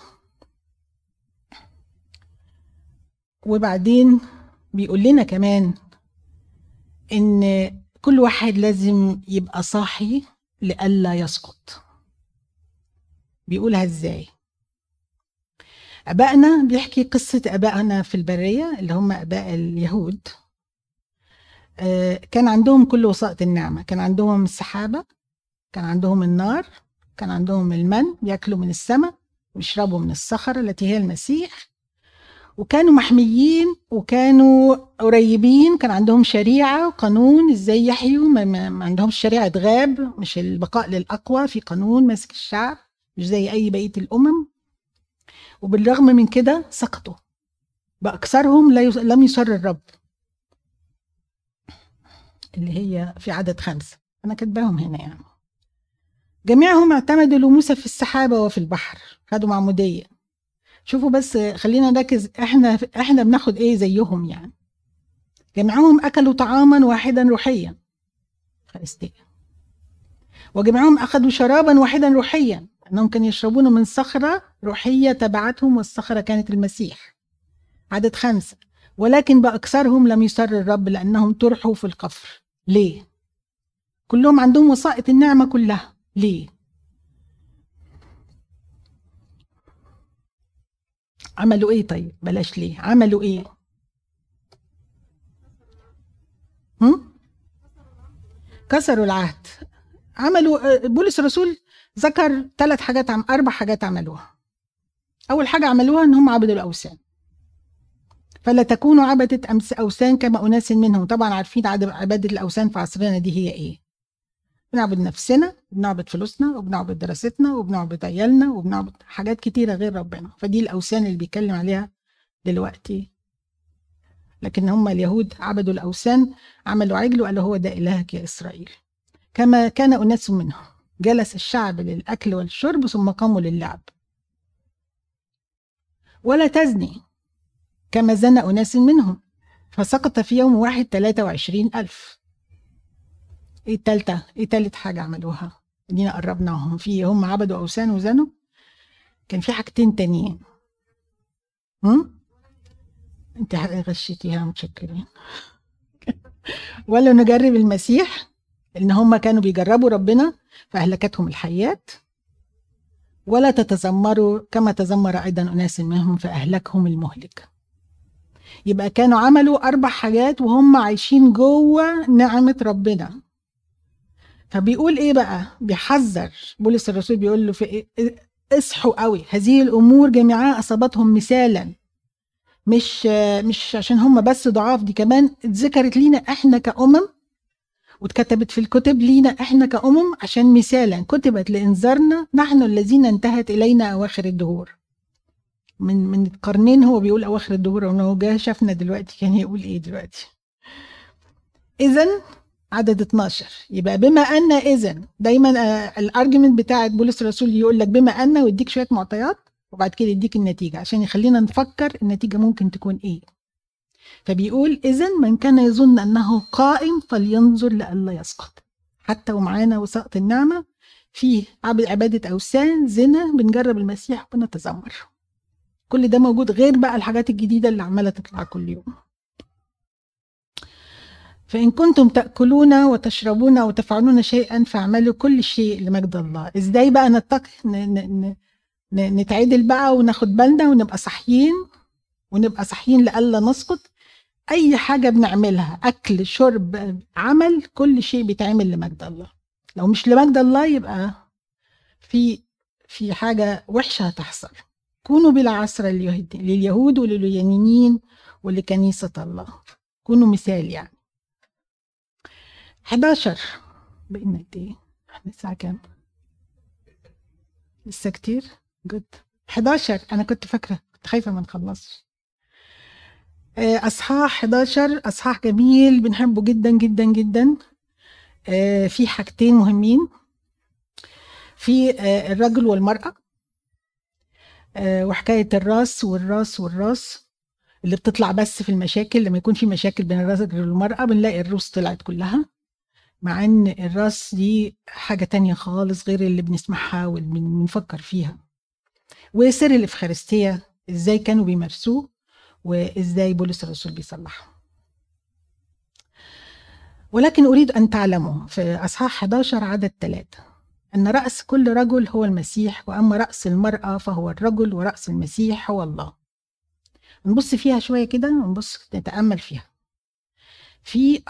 وبعدين بيقول لنا كمان ان كل واحد لازم يبقى صاحي لئلا يسقط. بيقولها ازاي؟ ابائنا بيحكي قصة ابائنا في البرية اللي هم اباء اليهود، كان عندهم كل وسائط النعمة، كان عندهم السحابة، كان عندهم النار، كان عندهم المن، بياكلوا من السماء ويشربوا من الصخرة التي هي المسيح، وكانوا محميين وكانوا قريبين، كان عندهم شريعة وقانون ازاي يحيوا، ما عندهمش شريعة غاب، مش البقاء للأقوى، في قانون ماسك الشعب مش زي أي بقية الأمم. وبالرغم من كده سقطوا، بأكثرهم لم يسر الرب، اللي هي في عدد 5 أنا كاتباهم هنا يعني. جميعهم اعتمدوا لموسى في السحابة وفي البحر، خدوا معمودية. شوفوا بس، خلينا نركز احنا بناخد ايه زيهم يعني. جميعهم اكلوا طعاما واحدا روحيا، وجميعهم اخذوا شرابا واحدا روحيا، انهم كانوا يشربون من صخرة روحية تبعتهم، والصخرة كانت المسيح. عدد 5 ولكن بأكثرهم لم يسر الرب لأنهم طرحوا في القفر. ليه؟ كلهم عندهم وسائط النعمة كلها، ليه؟ عملوا ايه؟ طيب بلاش ليه، عملوا ايه؟ كسروا العهد. عملوا، بولس الرسول ذكر 4 حاجات عملوها. اول حاجة عملوها ان هم عبدوا الاوثان، فلا تكونوا عبدة اوثان كما اناس منهم. طبعا عارفين عبادة الاوثان في عصرنا دي هي ايه؟ بنعبد نفسنا، وبنعبد فلوسنا، وبنعبد دراستنا، وبنعبد عيالنا، وبنعبد حاجات كتيرة غير ربنا. فدي الأوثان اللي بيتكلم عليها دلوقتي. لكن هم اليهود عبدوا الأوثان، عملوا عجل وقالوا هو ده إلهك يا إسرائيل. كما كان أناس منهم، جلس الشعب للأكل والشرب ثم قاموا للعب. ولا تزني كما زنى أناس منهم، فسقط في يوم واحد 23,000. ايه تالت حاجة عملوها؟ ادينا قربناهم فيه. هم عبدوا أوثان وزنوا، كان في حاجتين تانيين. انت غشيتيها، متشكرين. ولا نجرب المسيح، ان هم كانوا بيجربوا ربنا فأهلكتهم الحيات. ولا تتذمروا كما تذمر أيضا أناس منهم فأهلكهم المهلك. يبقى كانوا عملوا 4 حاجات وهم عايشين جوه نعمة ربنا. فبيقول ايه بقى؟ بيحذر بولس الرسول، بيقول له في اصحوا قوي، هذه الامور جميعها اصابتهم مثالا، مش عشان هم بس ضعاف، دي كمان اتذكرت لينا احنا كأمم، واتكتبت في الكتب لينا احنا كأمم عشان مثالا، كتبت لإنذارنا نحن الذين انتهت الينا اواخر الدهور. من قرنين هو بيقول اواخر الدهور، وانه جه شافنا دلوقتي كان يقول ايه دلوقتي؟ اذن عدد 12. يبقى بما ان، اذن دايما الارجيومنت بتاعت بولس الرسول يقول لك بما ان، ويديك شويه معطيات وبعد كده يديك النتيجه عشان يخلينا نفكر النتيجه ممكن تكون ايه. فبيقول اذن من كان يظن انه قائم فلينظر لئلا يسقط. حتى ومعانا وسقط النعمه فيه عبادة أوثان، زنا، بنجرب المسيح ونتذمر. كل ده موجود، غير بقى الحاجات الجديدة اللي عمالة تطلع كل يوم. فإن كنتم تأكلون وتشربون وتفعلون شيئا فاعملوا كل شيء لمجد الله. إزاي بقى نتعدل بقى وناخد بالنا ونبقى صحيين لألا نسقط؟ أي حاجة بنعملها، أكل، شرب، عمل، كل شيء بيتعمل لمجد الله. لو مش لمجد الله يبقى في حاجة وحشة هتحصل. كونوا بلا عسر لليهود ولليونانيين ولكنيسة الله. كونوا مثال يعني. 11 بقينا قد ايه؟ احنا الساعة كام؟ لسه كتير؟ جود. 11 انا كنت فاكرة، كنت خايفة ما نخلصش. اصحاح 11 اصحاح جميل بنحبه جدا جدا جدا. في حاجتين مهمين، في الرجل والمرأة، وحكاية الراس اللي بتطلع بس في المشاكل. لما يكون في مشاكل بين الرجل والمرأة بنلاقي الروس طلعت كلها، مع ان الراس دي حاجة تانية خالص غير اللي بنسمعها وبنفكر فيها. وسر الإفخارستية ازاي كانوا بيمارسوه وازاي بولس الرسول بيصلحه. ولكن أريد أن تعلموا في أصحاح 11 عدد 3 أن رأس كل رجل هو المسيح، وأما رأس المرأة فهو الرجل، ورأس المسيح هو الله. نبص فيها شوية كده ونبص نتأمل فيها. في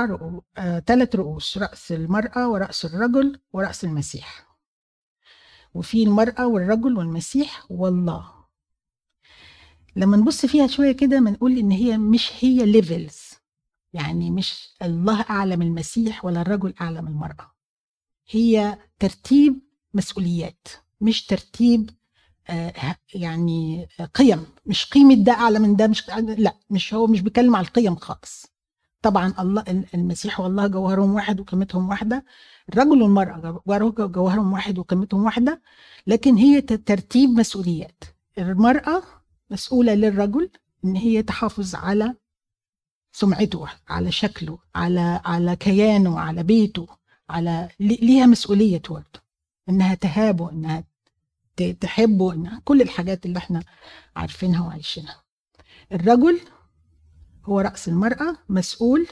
3 رؤوس، رأس المرأة ورأس الرجل ورأس المسيح. وفي المرأة والرجل والمسيح والله. لما نبص فيها شوية كده منقول إن هي مش هي ليفلز، يعني مش الله أعلى من المسيح ولا الرجل أعلى من المرأة. هي ترتيب مسؤوليات، مش ترتيب يعني قيم. مش قيمة ده أعلى من ده، لا، هو مش بيتكلم على القيم خالص. طبعا الله المسيح والله جوهرهم واحد وقيمتهم واحدة، الرجل والمرأة جوهرهم واحد وقيمتهم واحدة، لكن هي ترتيب مسؤوليات. المرأة مسؤولة للرجل إن هي تحافظ على سمعته، على شكله، على كيانه، على بيته، ليها مسؤولية برضه إنها تهابه، إنها تحبه، إنها كل الحاجات اللي احنا عارفينها وعايشينها. الرجل هو رأس المرأة، مسؤول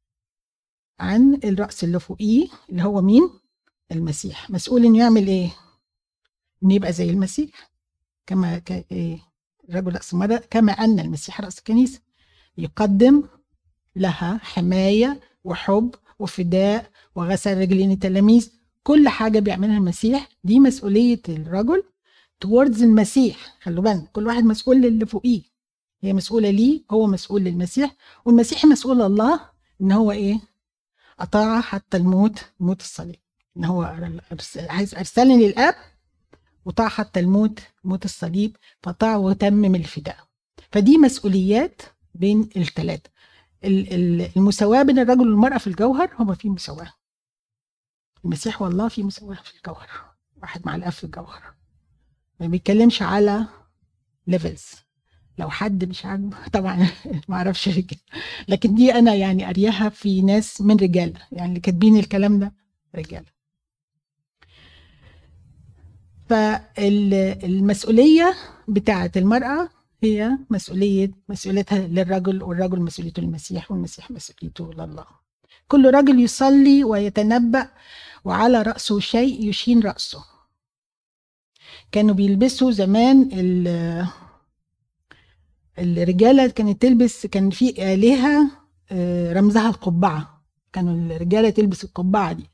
عن الرأس اللي فوقيه اللي هو مين؟ المسيح. مسؤول إنه يعمل إيه؟ إنه يبقى زي المسيح، كما الرجل رأس المرأة، كما أن المسيح رأس الكنيسة، يقدم لها حماية وحب وفداء وغسل رجلين التلاميذ. كل حاجة بيعملها المسيح دي مسؤولية الرجل towards المسيح. خلوا بالك كل واحد مسؤول للي فوقيه، هي مسؤولة ليه، هو مسؤول للمسيح، والمسيح مسؤول الله إن هو إيه؟ أطاع حتى الموت، موت الصليب. إن هو عايز أرسلني للآب وطاع حتى الموت، موت الصليب، فطاع وتمم الفداء. فدي مسؤوليات بين الثلاثة. المساواة بين الرجل والمرأة في الجوهر، هما في مساواة. المسيح والله في مساواة في الجوهر، واحد مع الآب في الجوهر. ما بيتكلمش على ليفلز. لو حد مش عاجبه طبعا ما اعرفش رجال، لكن دي انا يعني قارياها في ناس من رجاله، يعني اللي كاتبين الكلام ده رجاله. فالمسؤوليه بتاعه المراه هي مسؤوليتها للرجل، والرجل مسؤوليته للمسيح، والمسيح مسؤوليته لله. كل رجل يصلي ويتنبأ وعلى رأسه شيء يشين رأسه. كانوا بيلبسوا زمان الرجالة كانت تلبس، كان في آلهة رمزها القبعة، كانوا الرجالة تلبس القبعة دي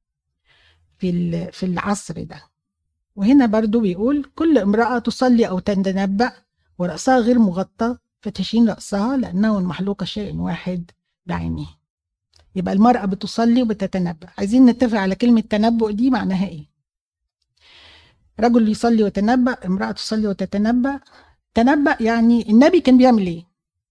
في العصر ده. وهنا برضو بيقول كل امرأة تصلي أو تتنبأ ورأسها غير مغطى فتشين رأسها لأنه المحلوقة شيء واحد بعينه. يبقى المرأة بتصلي وبتتنبأ. عايزين نتفق على كلمة تنبؤ دي معناها ايه. رجل يصلي وتنبأ، امرأة تصلي وتتنبأ. تنبأ يعني النبي كان بيعمل ايه؟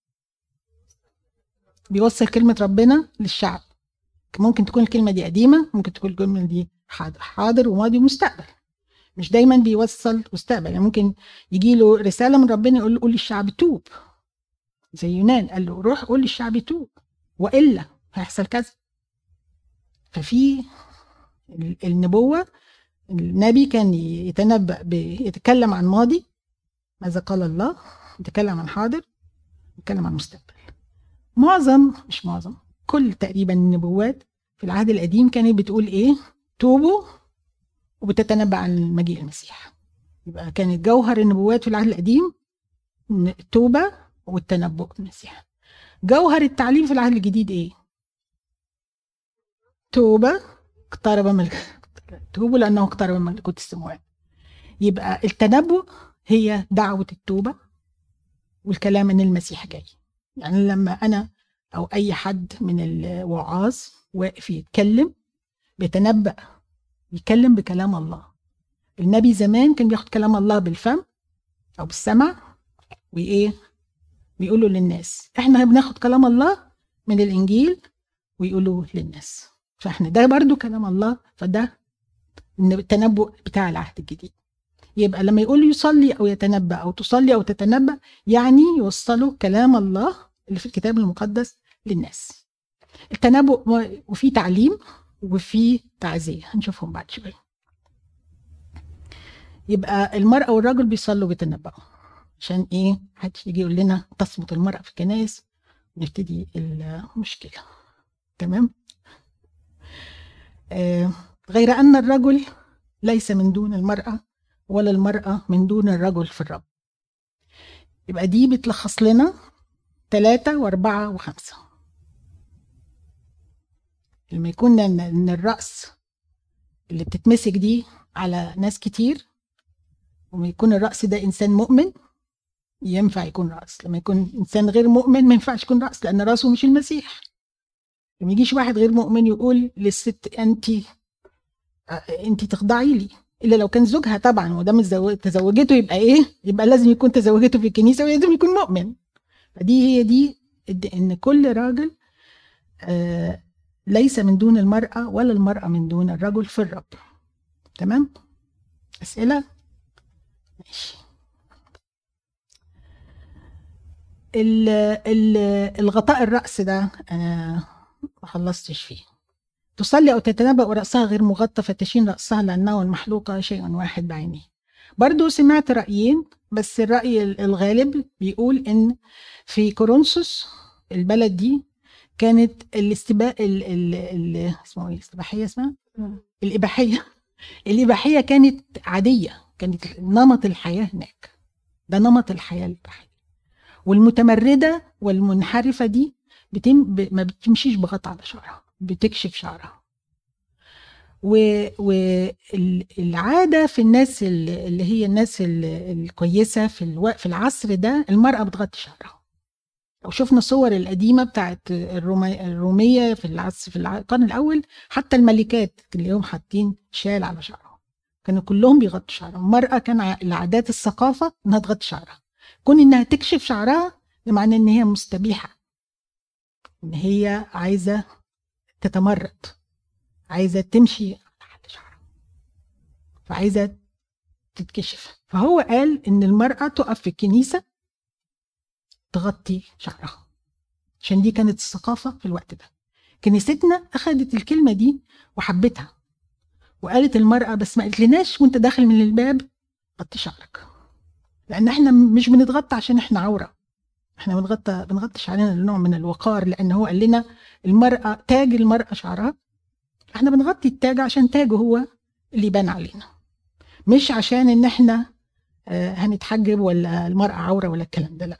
بيوصل كلمة ربنا للشعب. ممكن تكون الكلمة دي قديمة، ممكن تكون الكلمة دي حاضر وماضي ومستقبل، مش دايما بيوصل مستقبل. يعني ممكن يجي له رسالة من ربنا يقول له قول للشعب توب، زي يونان قال له روح قول للشعب توب وإلا هيحصل كذا. ففي النبوة النبي كان يتنبأ يتكلم عن ماضي ماذا قال الله، يتكلم عن حاضر، يتكلم عن مستقبل. مش معظم، كل تقريبا النبوات في العهد القديم كانت بتقول ايه؟ توبوا، وبتتنبأ عن مجيء المسيح. يبقى كانت جوهر النبوات في العهد القديم التوبة والتنبؤ بالمسيح. جوهر التعليم في العهد الجديد ايه؟ توبة، اقترب توبوا لأنه اقترب ملكوت السماوات. يبقى التنبؤ هي دعوة التوبة والكلام ان المسيح جاي. يعني لما انا او اي حد من الوعاظ واقف يتكلم بيتنبأ، يتكلم بكلام الله. النبي زمان كان بياخد كلام الله بالفم او بالسمع وايه بيقولوا للناس. احنا بناخد كلام الله من الانجيل ويقولوه للناس، فاحنا ده برضو كلام الله. فده التنبؤ بتاع العهد الجديد. يبقى لما يقول يصلي او يتنبأ او تصلي او تتنبأ، يعني يوصلوا كلام الله اللي في الكتاب المقدس للناس. التنبؤ وفي تعليم وفي تعزية، هنشوفهم بعد شوية. يبقى المرأة والرجل بيصلوا بيتنبأوا. عشان ايه؟ محدش يجي يقول لنا تصمت المرأة في الكنائس ونبتدي المشكلة. تمام؟ غير أن الرجل ليس من دون المرأة ولا المرأة من دون الرجل في الرب. يبقى دي بتلخص لنا 3 و4 و5. لما يكون ان الرأس اللي بتتمسك دي على ناس كتير، وما يكون الرأس ده إنسان مؤمن ينفع يكون رأس. لما يكون إنسان غير مؤمن ما ينفعش يكون رأس، لأن رأسه مش المسيح. لما يجيش واحد غير مؤمن يقول للست أنت تخضعي لي، إلا لو كان زوجها طبعا، وده تزوجته يبقى إيه؟ يبقى لازم يكون تزوجته في الكنيسة ولازم يكون مؤمن. فدي هي دي إن كل راجل ليس من دون المرأة ولا المرأة من دون الرجل في الرب. تمام؟ أسئلة؟ ماشي. الغطاء الرأس ده أنا ما خلصتش فيه. تصلي أو تتنبأ ورأسها غير مغطى فتشين رأسها لأنه المحلوقة شيء واحد بعينه. برضو سمعت رأيين، بس الرأي الغالب بيقول إن في كورنثوس البلد دي كانت اسمه ايه؟ الإباحية كانت عادية، كانت نمط الحياة هناك. ده نمط الحياة الإباحية. والمتمردة والمنحرفة دي ما بتمشيش بغطاء على شعرها، بتكشف شعرها. والعادة في الناس اللي هي الناس الكويسة في العصر ده المرأة بتغطي شعرها. لو شفنا الصور القديمة بتاعت الرومية في القرن الأول، حتى الملكات اللي هم حاطين شال على شعرهم كانوا كلهم بيغطوا شعرهم. المرأة كان العادات الثقافة انها تغطي شعرها. كون انها تكشف شعرها ده معناه ان هي مستبيحة، ان هي عايزة تتمرد، عايزة تمشي على حد شعرها، فعايزة تتكشف. فهو قال ان المرأة تقف في الكنيسة تغطي شعرها، عشان دي كانت الثقافة في الوقت ده. كنيستنا أخذت الكلمة دي وحبتها وقالت المرأة، بس ما قالت لناش وانت داخل من الباب غطي شعرك، لأن احنا مش بنتغطى عشان احنا عورة، احنا بنغطي شعرنا لنوع من الوقار، لأن هو قال لنا المرأة تاج المرأة شعرها. احنا بنغطي التاج عشان تاجه هو اللي يبان علينا، مش عشان ان احنا هنتحجب ولا المرأة عورة ولا الكلام ده، لا.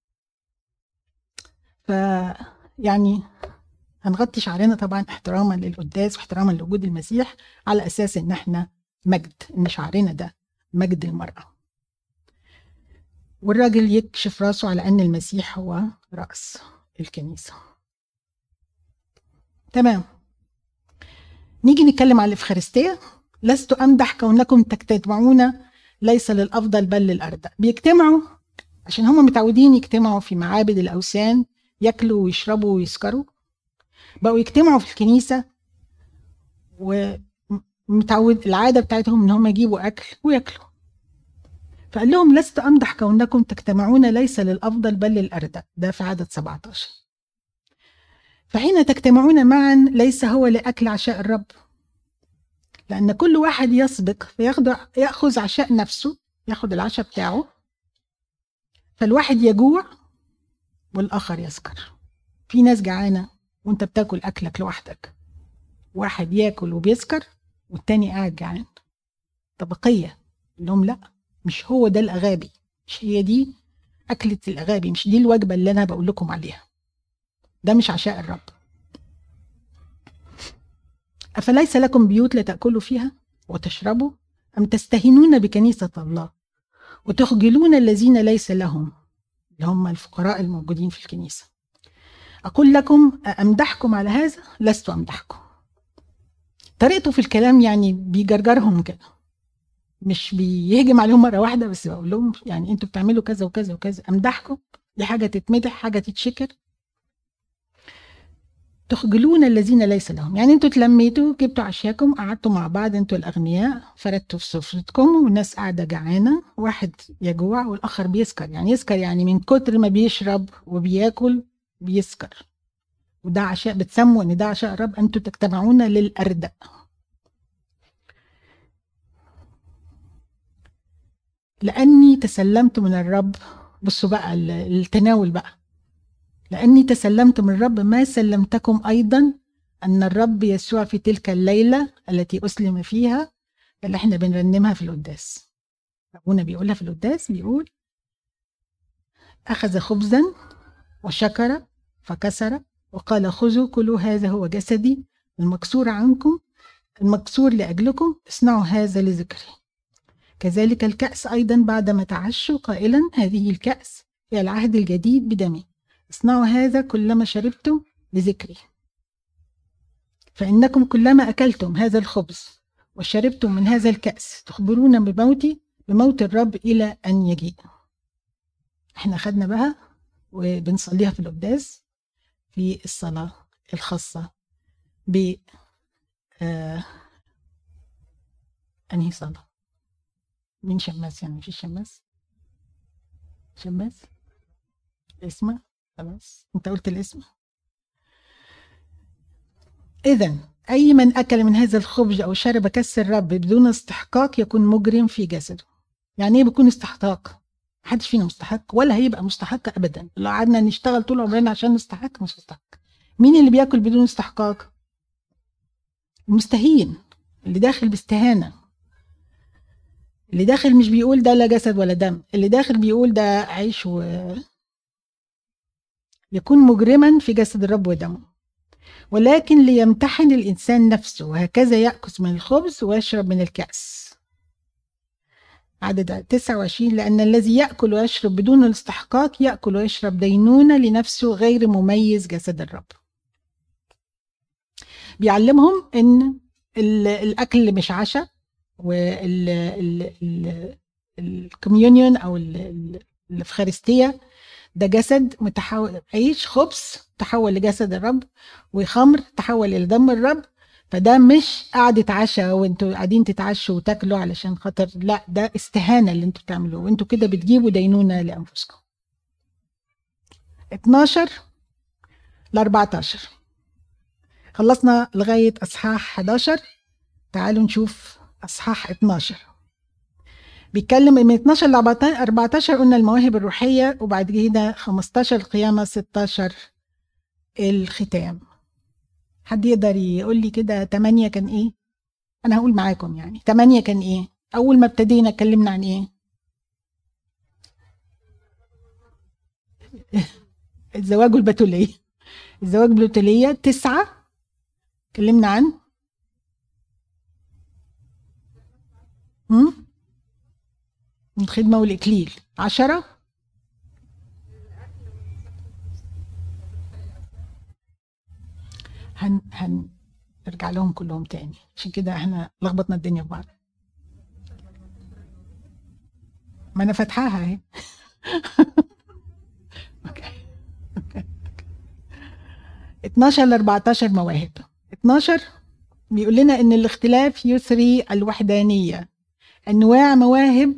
يعني هنغطي شعرنا طبعا احتراما للقداس واحتراما لوجود المسيح، على اساس ان احنا مجد، ان شعرنا ده مجد المرأة. والراجل يكشف راسه على ان المسيح هو رأس الكنيسة. تمام. نيجي نتكلم على الإفخارستية. لست أمدح كونكم تجتمعون ليس للأفضل بل للأردى. بيجتمعوا عشان هم متعودين يجتمعوا في معابد الأوثان، ياكلوا ويشربوا ويسكروا. بقوا يجتمعوا في الكنيسة ومتعود العادة بتاعتهم ان هم يجيبوا أكل وياكلوا. فقال لهم لست أمدح كونكم تجتمعون ليس للأفضل بل للأردى. ده في عدد 17. فحين تجتمعون معا ليس هو لأكل عشاء الرب، لأن كل واحد يسبق يأخذ عشاء نفسه، ياخد العشاء بتاعه، فالواحد يجوع والآخر يسكر. في ناس جعانة وانت بتاكل أكلك لوحدك، واحد ياكل وبيسكر والتاني قاعد جعان. طبقية. لهم لا، مش هو ده الأغابي، مش هي دي أكلة الأغابي، مش دي الوجبة اللي أنا بقول لكم عليها، ده مش عشاء الرب. أفليس لكم بيوت لتأكلوا فيها وتشربوا؟ أم تستهينون بكنيسة الله وتخجلون الذين ليس لهم، اللي هم الفقراء الموجودين في الكنيسة؟ أقول لكم أمدحكم على هذا؟ لست أمدحكم. طريقته في الكلام يعني بيجرجرهم كده، مش بيهجم عليهم مرة واحدة، بس بقول لهم يعني انتوا بتعملوا كذا وكذا وكذا، أمدحكم؟ دي حاجة تتمدح، حاجة تتشكر. تخجلون الذين ليس لهم، يعني انتوا تلميتوا، جبتوا عشاكم، قعدتوا مع بعض انتوا الأغنياء، فردتوا في سفرتكم والناس قاعدة جعانة، واحد يجوع والآخر بيسكر. يعني يسكر يعني من كتر ما بيشرب وبياكل بيسكر، وده عشاء، بتسموا ان ده عشاء الرب، انتوا تجتمعون للأردأ. لأني تسلمت من الرب، بصوا بقى التناول بقى، لأني تسلمت من الرب ما سلمتكم أيضا، أن الرب يسوع في تلك الليلة التي أسلم فيها، اللي احنا بنرنمها في القداس، أبونا بيقولها في القداس، بيقول أخذ خبزا وشكر فكسر وقال خذوا كلوا، هذا هو جسدي المكسور عنكم، المكسور لأجلكم، اصنعوا هذا لذكري. كذلك الكأس أيضا بعدما تعشوا قائلا هذه الكأس هي العهد الجديد بدمي، اصنعوا هذا كلما شربتم لذكري. فإنكم كلما أكلتم هذا الخبز وشربتم من هذا الكأس تخبرون بموت الرب إلى أن يجيء. احنا خدنا بها وبنصليها في القداس في الصلاة الخاصة ب أنهي صلاة؟ مين شماس؟ يعني مفيش شماس؟ شماس؟ اسمه؟ خلاص انت قلت الاسم. إذن أي من أكل من هذا الخبز أو شرب كأس الرب بدون استحقاق يكون مجرم في جسده. يعني إيه بيكون استحقاق؟ محدش فينا مستحق ولا هيبقى مستحق أبدا. لو قعدنا نشتغل طول عمرنا عشان نستحق، مش مستحق. مين اللي بياكل بدون استحقاق؟ المستهين، اللي داخل باستهانة، اللي داخل مش بيقول ده لا جسد ولا دم، اللي داخل بيقول ده عيش يكون مجرما في جسد الرب ودمه. ولكن ليمتحن الإنسان نفسه، وهكذا يأكل من الخبز ويشرب من الكأس. عدد 29 لأن الذي يأكل ويشرب بدون الاستحقاق يأكل ويشرب دينونة لنفسه غير مميز جسد الرب. بيعلمهم إن الأكل مش عشاء، والكوميونيون أو الإفخارستية ده جسد متحول، عيش خبز تحول لجسد الرب، وخمر تحول إلى دم الرب. فده مش قعدة عشاء وانتوا قاعدين تتعشوا وتاكلوا علشان خاطر، لا، ده استهانة اللي انتوا بتعملوه، وانتوا كده بتجيبوا دينونة لأنفسكم. 12 ل 14 خلصنا لغاية أصحاح 11. تعالوا نشوف أصحاح 12. بيتكلم من 12 ل 14 قلنا المواهب الروحية، وبعد كده 15 القيامة، 16 الختام. حد يقدر يقول لي كده 8 كان ايه؟ انا هقول معاكم يعني 8 كان ايه؟ اول ما ابتدينا اتكلمنا عن ايه؟ الزواج والبتولية. الزواج والبتولية. 9 اتكلمنا عن الخدمة والإكليل. 10 هنرجع لهم كلهم تاني، عشان كده احنا لخبطنا الدنيا في بعض. ما انا فاتحاها اهي. اوكي 12 ل 14 مواهب. 12 بيقول لنا ان الاختلاف يثري الوحدانية. انواع مواهب،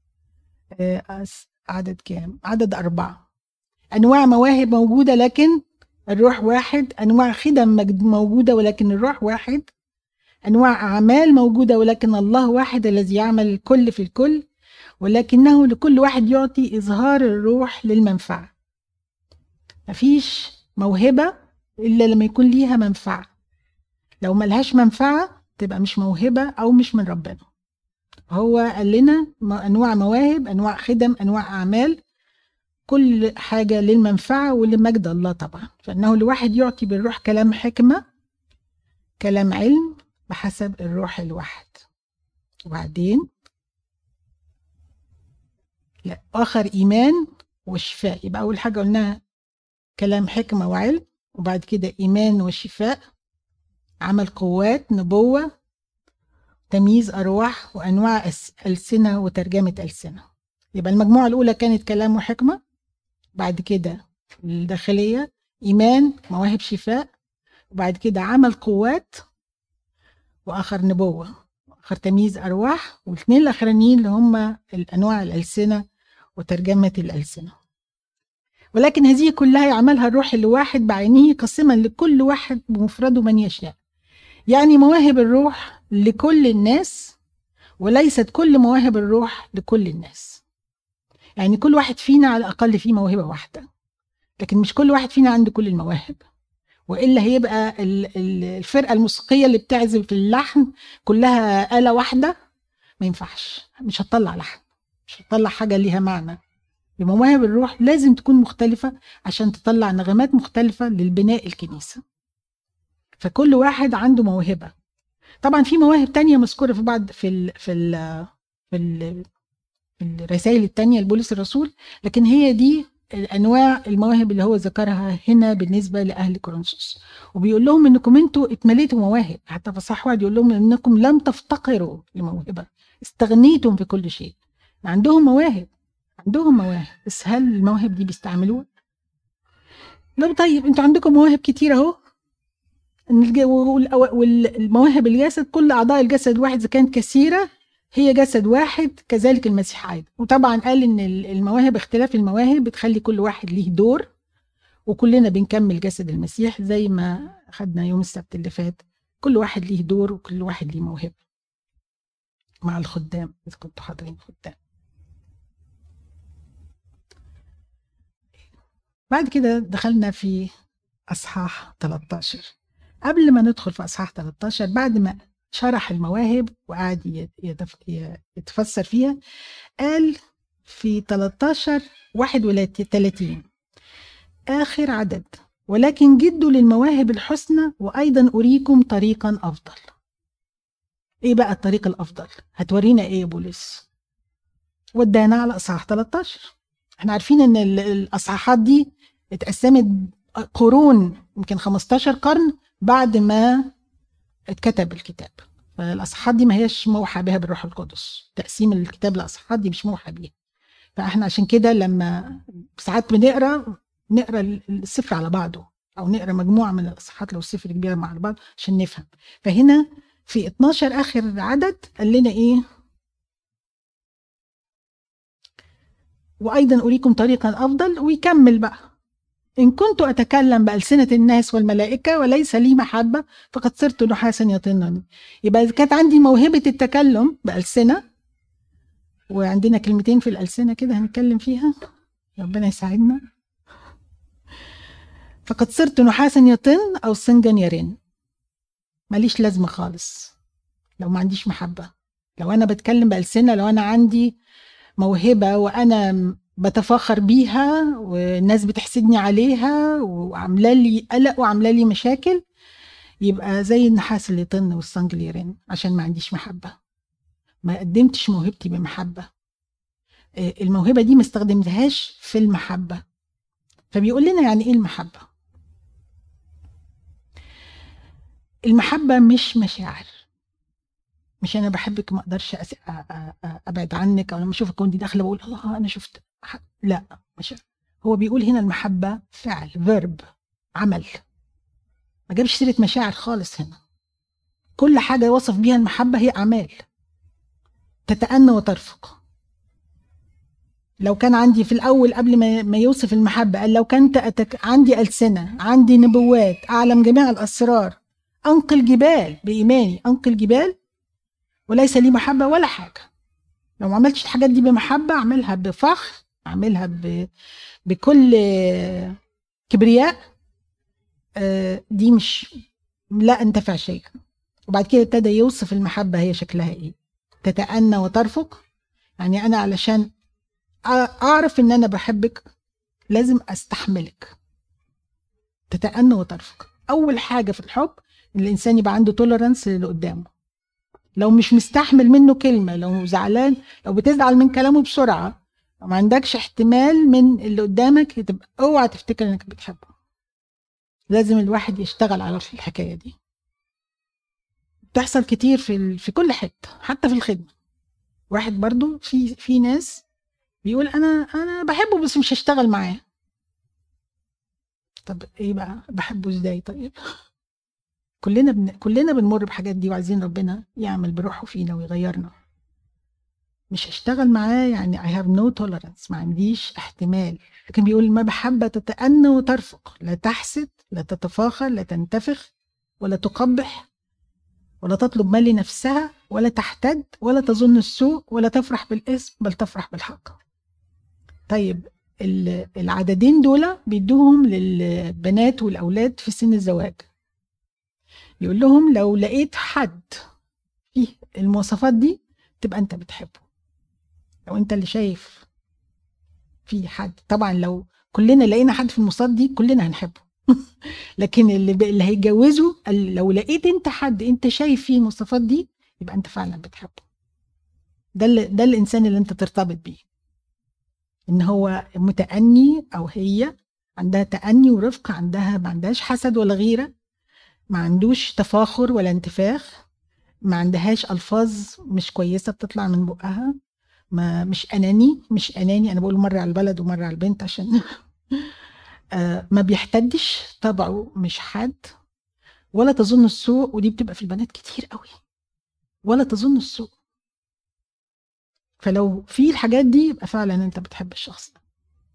عدد كام؟ عدد 4. انواع مواهب موجودة لكن الروح واحد. انواع خدم موجودة ولكن الروح واحد. أنواع أعمال موجودة، ولكن الله واحد الذي يعمل الكل في الكل، ولكنه لكل واحد يعطي إظهار الروح للمنفعة. مفيش موهبة إلا لما يكون ليها منفعة، لو ملهاش منفعة تبقى مش موهبة أو مش من ربنا. هو قال لنا أنواع مواهب، أنواع خدم، أنواع أعمال، كل حاجة للمنفعة ولمجد الله طبعا. فإنه الواحد يعطي بالروح كلام حكمة، كلام علم بحسب الروح الواحد. وبعدين لا آخر إيمان وشفاء. يبقى أول حاجة قلناها كلام حكمة وعلم، وبعد كده إيمان وشفاء، عمل قوات، نبوة، تمييز أرواح، وأنواع ألسنة وترجمة ألسنة. يبقى المجموعة الأولى كانت كلام وحكمة، بعد كده الداخلية إيمان، مواهب شفاء، وبعد كده عمل قوات، وآخر نبوة، وآخر تمييز أرواح، والاثنين الأخرانيين اللي هم الأنواع الألسنة وترجمة الألسنة. ولكن هذه كلها يعملها الروح الواحد بعينه، قسما لكل واحد بمفرده من يشاء. يعني مواهب الروح لكل الناس، وليست كل مواهب الروح لكل الناس. يعني كل واحد فينا على الأقل فيه موهبة واحدة، لكن مش كل واحد فينا عنده كل المواهب، وإلا هيبقى الفرقة الموسيقية اللي بتعزف في اللحن كلها آلة واحدة، ما ينفعش، مش هتطلع لحن، مش هتطلع حاجة ليها معنى. مواهب الروح لازم تكون مختلفة عشان تطلع نغمات مختلفة للبناء الكنيسة. فكل واحد عنده موهبة. طبعا في مواهب تانية مذكورة في بعض في الرسائل التانية لبولس الرسول، لكن هي دي الأنواع المواهب اللي هو ذكرها هنا بالنسبة لأهل كورنثوس. وبيقول لهم إنكم انتوا اتمليتوا مواهب، حتى في صح واحد يقول لهم إنكم لم تفتقروا لموهبة، استغنيتم في كل شيء. عندهم مواهب، بس هل المواهب دي بيستعملوها؟ لا. طيب انتوا عندكم مواهب كتير اهو، والمواهب الجسد، كل اعضاء الجسد واحد، اذا كانت كثيره هي جسد واحد، كذلك المسيح ايضا. وطبعا قال ان المواهب، اختلاف المواهب بتخلي كل واحد ليه دور، وكلنا بنكمل جسد المسيح زي ما خدنا يوم السبت اللي فات. كل واحد ليه دور، وكل واحد ليه موهبه مع الخدام اذا كنتوا حاضرين خدام. بعد كده دخلنا في أصحاح 13. قبل ما ندخل في أصحاح 13، بعد ما شرح المواهب وقعد يتفسر فيها، قال في 13:31 آخر عدد: ولكن جدوا للمواهب الحسنى، وأيضا أريكم طريقا أفضل. إيه بقى الطريق الأفضل؟ هتورينا إيه يا بولس؟ ودانا على أصحاح 13. احنا عارفين ان الأصحاحات دي اتقسمت قرون، يمكن 15 قرن بعد ما اتكتب الكتاب. فالأصحاحات دي ما هيش موحى بها بالروح القدس، تقسيم الكتاب لأصحاحات دي مش موحى بيها. فاحنا عشان كده لما ساعات بنقرا السفر على بعضه، او نقرا مجموعه من الأصحاحات لو السفر كبير مع بعض عشان نفهم. فهنا في 12 آخر عدد قال لنا ايه؟ وأيضا أريكم طريقا أفضل. ويكمل بقى: إن كنت أتكلم بألسنة الناس والملائكة وليس لي محبة، فقد صرت نحاسا يطنني. يبقى إذا كانت عندي موهبة التكلم بألسنة، وعندنا كلمتين في الألسنة كده هنتكلم فيها، ربنا يساعدنا، فقد صرت نحاسا يطن أو صنجا يرن. ماليش لازمة خالص لو ما عنديش محبة. لو أنا بتكلم بألسنة، لو أنا عندي موهبة وأنا بتفاخر بيها والناس بتحسدني عليها وعامله لي قلق وعامله لي مشاكل، يبقى زي النحاس اللي يطن والصنج اللي يرن، عشان ما عنديش محبة، ما قدمتش موهبتي بمحبة، الموهبة دي ما استخدمتهاش في المحبة. فبيقول لنا يعني ايه المحبة؟ المحبة مش مشاعر، مش انا بحبك ما اقدرش ابعد عنك، او لما اشوفك وانت داخله بقول الله انا شفت. لا، مش هو بيقول هنا المحبه فعل، فيرب، عمل. ما جابش سيره مشاعر خالص هنا. كل حاجه وصف بيها المحبه هي اعمال تتأنى وترفق. لو كان عندي في الاول قبل ما يوصف المحبه قال لو كنت عندي ألسنة، عندي نبوات، اعلم جميع الاسرار، انقل جبال بايماني، انقل جبال وليس لي محبه ولا حاجه. لو ما عملتش الحاجات دي بمحبه، اعملها بفخر، اعملها بكل كبرياء، دي مش لا انتفع شيء. وبعد كده ابتدى يوصف المحبه هي شكلها ايه. تتأنى وترفق، يعني انا علشان اعرف ان انا بحبك لازم استحملك. تتأنى وترفق، اول حاجه في الحب ان الانسان يبقى عنده توليرانس للي قدامه. لو مش مستحمل منه كلمه، لو زعلان، لو بتزعل من كلامه بسرعه، لو ما عندكش احتمال من اللي قدامك، تبقى اوعى تفتكر انك بتحبه. لازم الواحد يشتغل على الحكايه دي. بتحصل كتير في كل حته، حتى في الخدمه. واحد برضو في ناس بيقول انا بحبه بس مش هشتغل معاه. طب ايه بقى بحبه ازاي؟ طيب كلنا بنمر بحاجات دي، وعايزين ربنا يعمل بروحه فينا ويغيرنا. مش هشتغل معاه يعني I have no tolerance، ما عنديش احتمال. لكن بيقول ما محبة تتأنى وترفق، لا تحسد، لا تتفاخر، لا تنتفخ، ولا تقبح، ولا تطلب ما لنفسها، ولا تحتد، ولا تظن السوء، ولا تفرح بالإثم، بل تفرح بالحق. طيب العددين دول بيدوهم للبنات والأولاد في سن الزواج. يقول لهم لو لقيت حد فيه المواصفات دي تبقى انت بتحبه. لو انت اللي شايف في حد، طبعا لو كلنا لقينا حد في المواصفات دي كلنا هنحبه لكن اللي هيتجوزوا، لو لقيت انت حد انت شايف فيه المواصفات دي يبقى انت فعلا بتحبه. ده الانسان اللي انت ترتبط بيه، ان هو متأني او هي عندها تأني ورفق، ما عندهاش حسد ولا غيرة، ما عندوش تفاخر ولا انتفاخ، ما عندهاش الفاظ مش كويسه بتطلع من بقها، مش اناني. انا بقول مره على البلد ومره على البنت عشان ما بيحتدش، طبعه مش حاد، ولا تظن السوء. ودي بتبقى في البنات كتير قوي، ولا تظن السوء. فلو في الحاجات دي يبقى فعلا انت بتحب الشخص ده.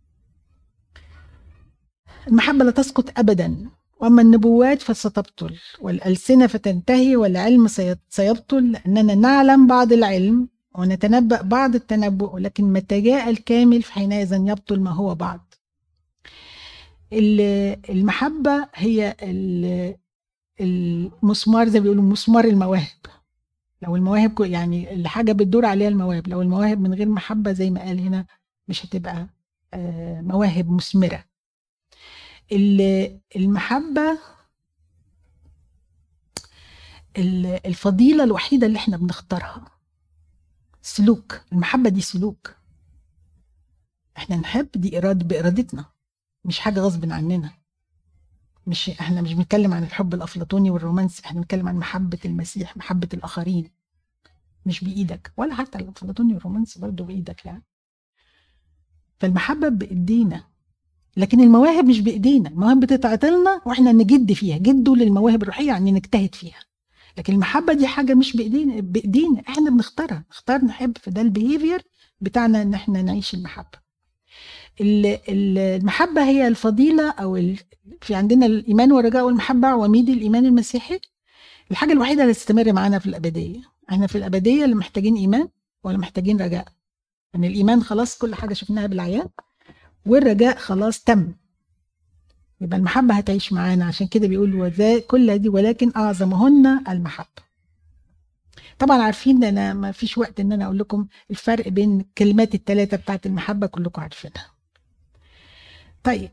المحبه لا تسقط ابدا. واما النبوات فستبطل، والألسنة فتنتهي، والعلم سيبطل، لأننا نعلم بعض العلم ونتنبأ بعض التنبؤ، ولكن متى جاء الكامل فحينئذ يبطل ما هو بعض. المحبة هي المسمار، زي ما بيقولوا مسمار المواهب. لو المواهب يعني الحاجة بتدور عليها المواهب، لو المواهب من غير محبة زي ما قال هنا مش هتبقى مواهب مثمرة. المحبة الفضيلة الوحيدة اللي احنا بنختارها. سلوك المحبة دي سلوك، احنا نحب دي بإرادتنا، مش حاجة غصب عننا. احنا مش بنتكلم عن الحب الأفلاطوني والرومانسي، احنا بنتكلم عن محبة المسيح، محبة الآخرين، مش بإيدك. ولا حتى الأفلاطوني والرومانسي برضو بإيدك يعني. فالمحبة بإيدينا، لكن المواهب مش بإيدينا. المواهب بتتعطلنا واحنا نجد فيها، جدوا للمواهب الروحية يعني نجتهد فيها. لكن المحبة دي حاجة مش بإيدينا، احنا بنختارها، نختار نحب. فده البيهيفير بتاعنا ان احنا نعيش المحبة. المحبة هي الفضيلة، او في عندنا الإيمان والرجاء والمحبة عواميد الإيمان المسيحي. الحاجة الوحيدة اللي تستمر معانا في الأبدية. احنا في الأبدية اللي محتاجين إيمان ولا محتاجين رجاء. يعني الإيمان خلاص كل حاجة شفناها بالعيان، والرجاء خلاص تم. يبقى المحبة هتعيش معانا. عشان كده بيقول كل دي ولكن أعظمهن المحبة. طبعا عارفين ان انا ما فيش وقت ان انا اقول لكم الفرق بين الكلمات الثلاثة بتاعت المحبة، كلكم عارفينها. طيب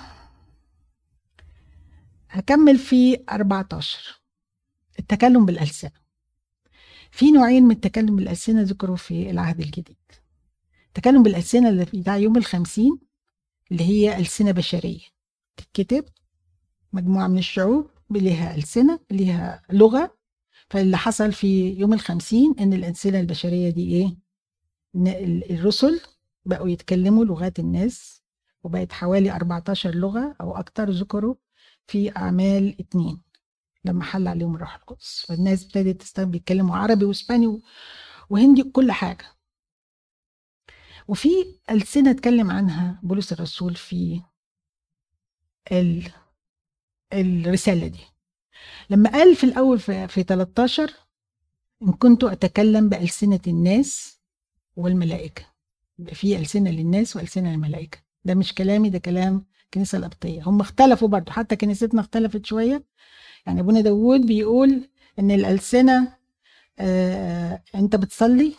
هكمل في 14. التكلم بالألسنة. في نوعين من التكلم بالألسنة ذكروا في العهد الجديد. التكلم بالألسنة اللي بتاع يوم الخمسين اللي هي ألسنة بشرية، تتكتب مجموعة من الشعوب لها ألسنة، لها لغة. فاللي حصل في يوم الخمسين ان الألسنة البشرية دي ايه؟ الرسل بقوا يتكلموا لغات الناس، وبقت حوالي 14 لغة او اكتر ذكروا في اعمال 2 لما حل عليهم الروح القدس. فالناس ابتدت بيتكلموا عربي واسباني وهندي كل حاجة. وفي ألسنة اتكلم عنها بولس الرسول في الرسالة دي. لما قال في الأول في 13 إن كنت أتكلم بألسنة الناس والملائكة، يبقى في ألسنة للناس وألسنة للملائكة. ده مش كلامي، ده كلام الكنيسة القبطية. هم اختلفوا برضو، حتى كنيستنا اختلفت شوية. يعني أبونا داود بيقول إن الألسنة أنت بتصلي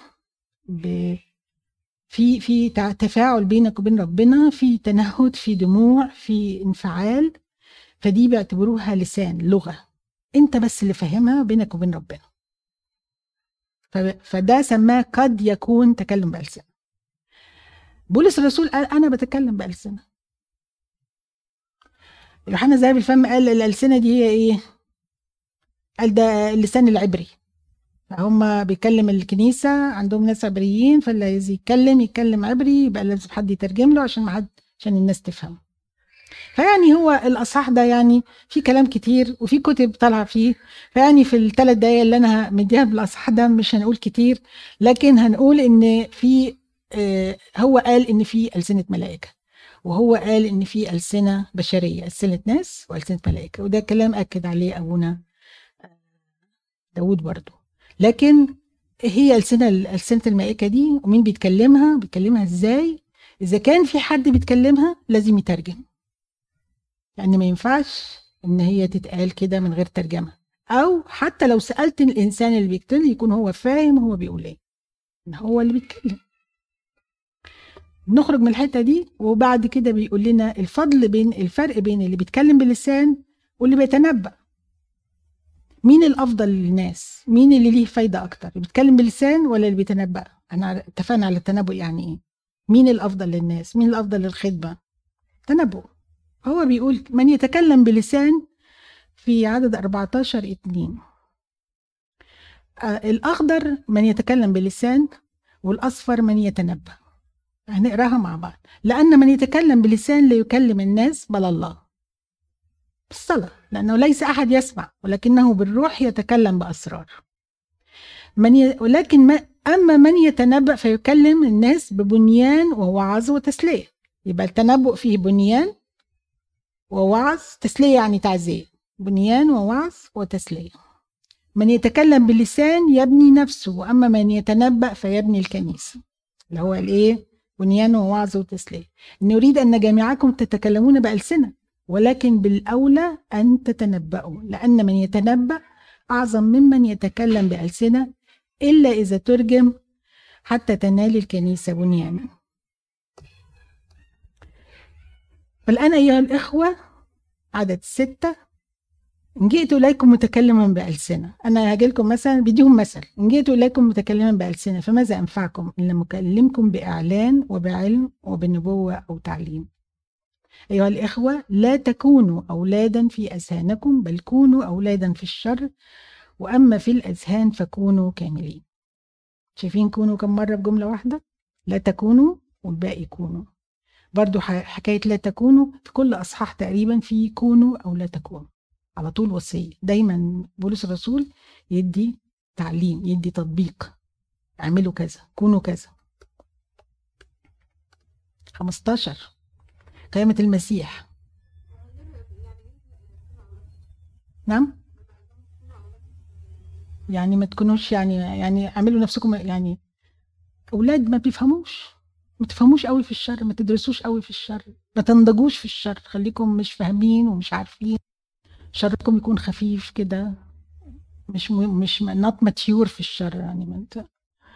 في تفاعل بينك وبين ربنا، في تنهد، في دموع، في انفعال، فدي بيعتبروها لسان، لغة انت بس اللي فاهمها بينك وبين ربنا. فده سماه قد يكون تكلم بألسنة. بولس الرسول قال انا بتكلم بألسنة. يوحنا ذهب الفم قال الألسنة دي هي ايه؟ قال ده اللسان العبري. هم بيكلم الكنيسة، عندهم ناس عبريين، فاللي عايز يتكلم عبري يبقى لازم حد يترجم له عشان الناس تفهم. فيعني هو الأصحاح ده يعني في كلام كتير وفي كتب طالعه فيه. فيعني في ال3 دقايق اللي أنا مديها بالأصحاح ده مش هنقول كتير، لكن هنقول إن في هو قال إن في ألسنة ملائكة، وهو قال إن في ألسنة بشرية، ألسنة ناس وألسنة ملائكة، وده كلام أكد عليه أبونا داود برضو. لكن هي ألسنة الملائكة دي ومين بيتكلمها إزاي؟ إذا كان في حد بيتكلمها لازم يترجم، لأن ما ينفعش إن هي تتقال كده من غير ترجمة، أو حتى لو سألت الإنسان اللي بيكتب يكون هو فاهم هو بيقول إيه، إن هو اللي بيتكلم. نخرج من الحتة دي، وبعد كده بيقول لنا الفرق بين اللي بيتكلم باللسان واللي بيتنبأ. مين الأفضل للناس؟ مين اللي ليه فايدة أكتر؟ اللي بيتكلم باللسان ولا اللي بيتنبأ؟ أنا اتفقنا على التنبؤ يعني إيه؟ مين الأفضل للناس؟ مين الأفضل للخدمة؟ تنبؤ. هو بيقول من يتكلم بلسان في عدد 14:2. الأخضر من يتكلم بلسان، والأصفر من يتنبأ. هنقراها مع بعض. لأن من يتكلم بلسان لا يكلم الناس بل الله بالصلاة، لأنه ليس أحد يسمع، ولكنه بالروح يتكلم بأسرار. أما من يتنبأ فيكلم الناس ببنيان ووعظ وتسلية. يبقى التنبؤ فيه بنيان ووعظ، تسلية يعني تعزية، بنيان ووعظ وتسلية. من يتكلم باللسان يبني نفسه، وأما من يتنبأ فيبني الكنيسة، اللي هو الإيه؟ بنيان ووعظ وتسلية. نريد أن جميعكم تتكلمون بألسنة، ولكن بالأولى أن تتنبأوا، لأن من يتنبأ أعظم ممن يتكلم بألسنة، إلا إذا ترجم حتى تنال الكنيسة بنيانا. فالآن أيها الإخوة، عدد 6: إن جئت إليكم متكلما بألسنة. أنا هاجيلكم مثلا، بديهم مثل: إن جئت إليكم متكلما بألسنة فماذا أنفعكم إن لم أكلمكم بإعلان وبعلم وبنبوة أو تعليم؟ أيها الإخوة، لا تكونوا أولادا في أذهانكم، بل كونوا أولادا في الشر، وأما في الأذهان فكونوا كاملين. شايفين كونوا كم مرة بجملة واحدة؟ لا تكونوا والباقي كونوا. برضو حكاية لا تكونوا في كل أصحاح تقريبا، في كونوا أو لا تكونوا، على طول وصية. دايما بولس الرسول يدي تعليم، يدي تطبيق: اعملوا كذا، كونوا كذا. 15: قيامة المسيح. نعم، يعني ما تكونوش يعني اعملوا نفسكم يعني اولاد ما بيفهموش، ما تفهموش قوي في الشر، ما تدرسوش قوي في الشر، ما تنضجوش في الشر، خليكم مش فاهمين ومش عارفين. شركم يكون خفيف كده، مش not mature في الشر يعني. ما انت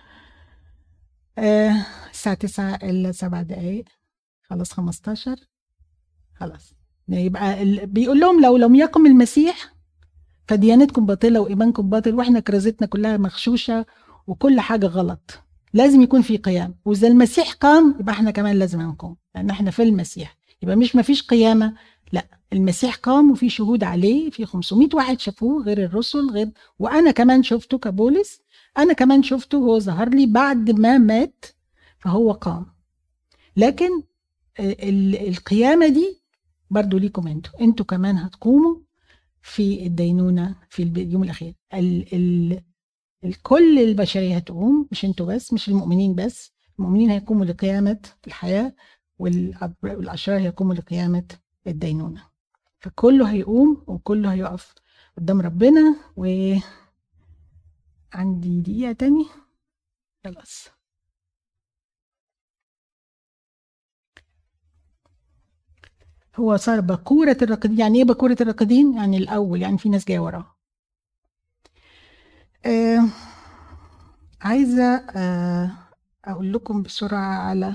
الساعة 9 إلا 7 دقايق، خلاص 15 خلاص. يبقى بيقول لهم لو لم يقم المسيح فديانتكم باطلة وإيمانكم باطل، وإحنا كرازتنا كلها مغشوشة وكل حاجة غلط. لازم يكون في قيام، وإذا المسيح قام يبقى إحنا كمان لازم نقوم، لأن إحنا في المسيح. يبقى مش مفيش قيامة، لا، المسيح قام وفي شهود عليه، في 500 واحد شافوه غير الرسل، وأنا كمان شفته كبولس، أنا كمان شفته، هو ظهر لي بعد ما مات فهو قام. لكن القيامة دي برضو ليكم انتوا كمان هتقوموا في الدينونة في اليوم الأخير. كل البشرية هتقوم، مش انتوا بس، مش المؤمنين بس. المؤمنين هيقوموا لقيامة الحياة، والأشرار هيقوموا لقيامة الدينونة. فكله هيقوم وكله هيقف قدام ربنا. وعندي دقيقة تاني خلاص. هو صار بكورة الراقدين. يعني ايه بكورة الراقدين؟ يعني الأول، يعني في ناس جاية وراه. عايزة أقول لكم بسرعة على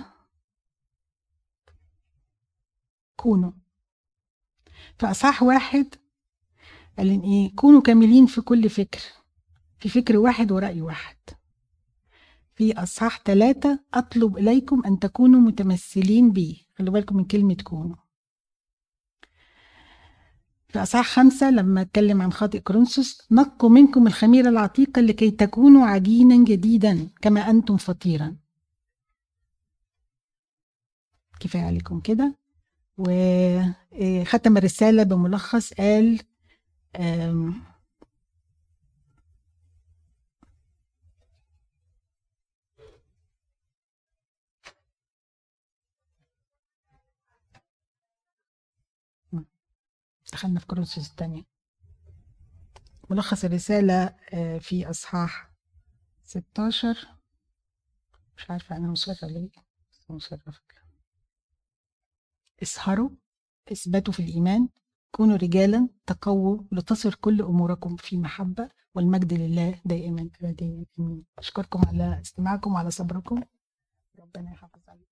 كونوا. في أصحاح 1 قال إن إيه؟ كونوا كاملين في كل فكر، في فكر واحد ورأي واحد. في أصحاح 3 أطلب إليكم أن تكونوا متمثلين بي. خلوا بالكم من كلمة كونوا. في أصحاح 5 لما اتكلم عن خاطئ كورنثوس: نقوا منكم الخميرة العتيقة لكي تكونوا عجينا جديدا كما أنتم فطيرا. كفاية عليكم كده. وختم الرسالة بملخص قال دخلنا في كورنثوس الثانية. ملخص الرسالة في أصحاح 16. مش عارفة أنا مصرة ليه، مصرة فكرة. اسهروا، اثبتوا في الإيمان، كونوا رجالا، تقووا لتصر كل أموركم في محبة، والمجد لله دائما أبديا. أمين. أشكركم على استماعكم وعلى صبركم. ربنا يحفظ عليكم.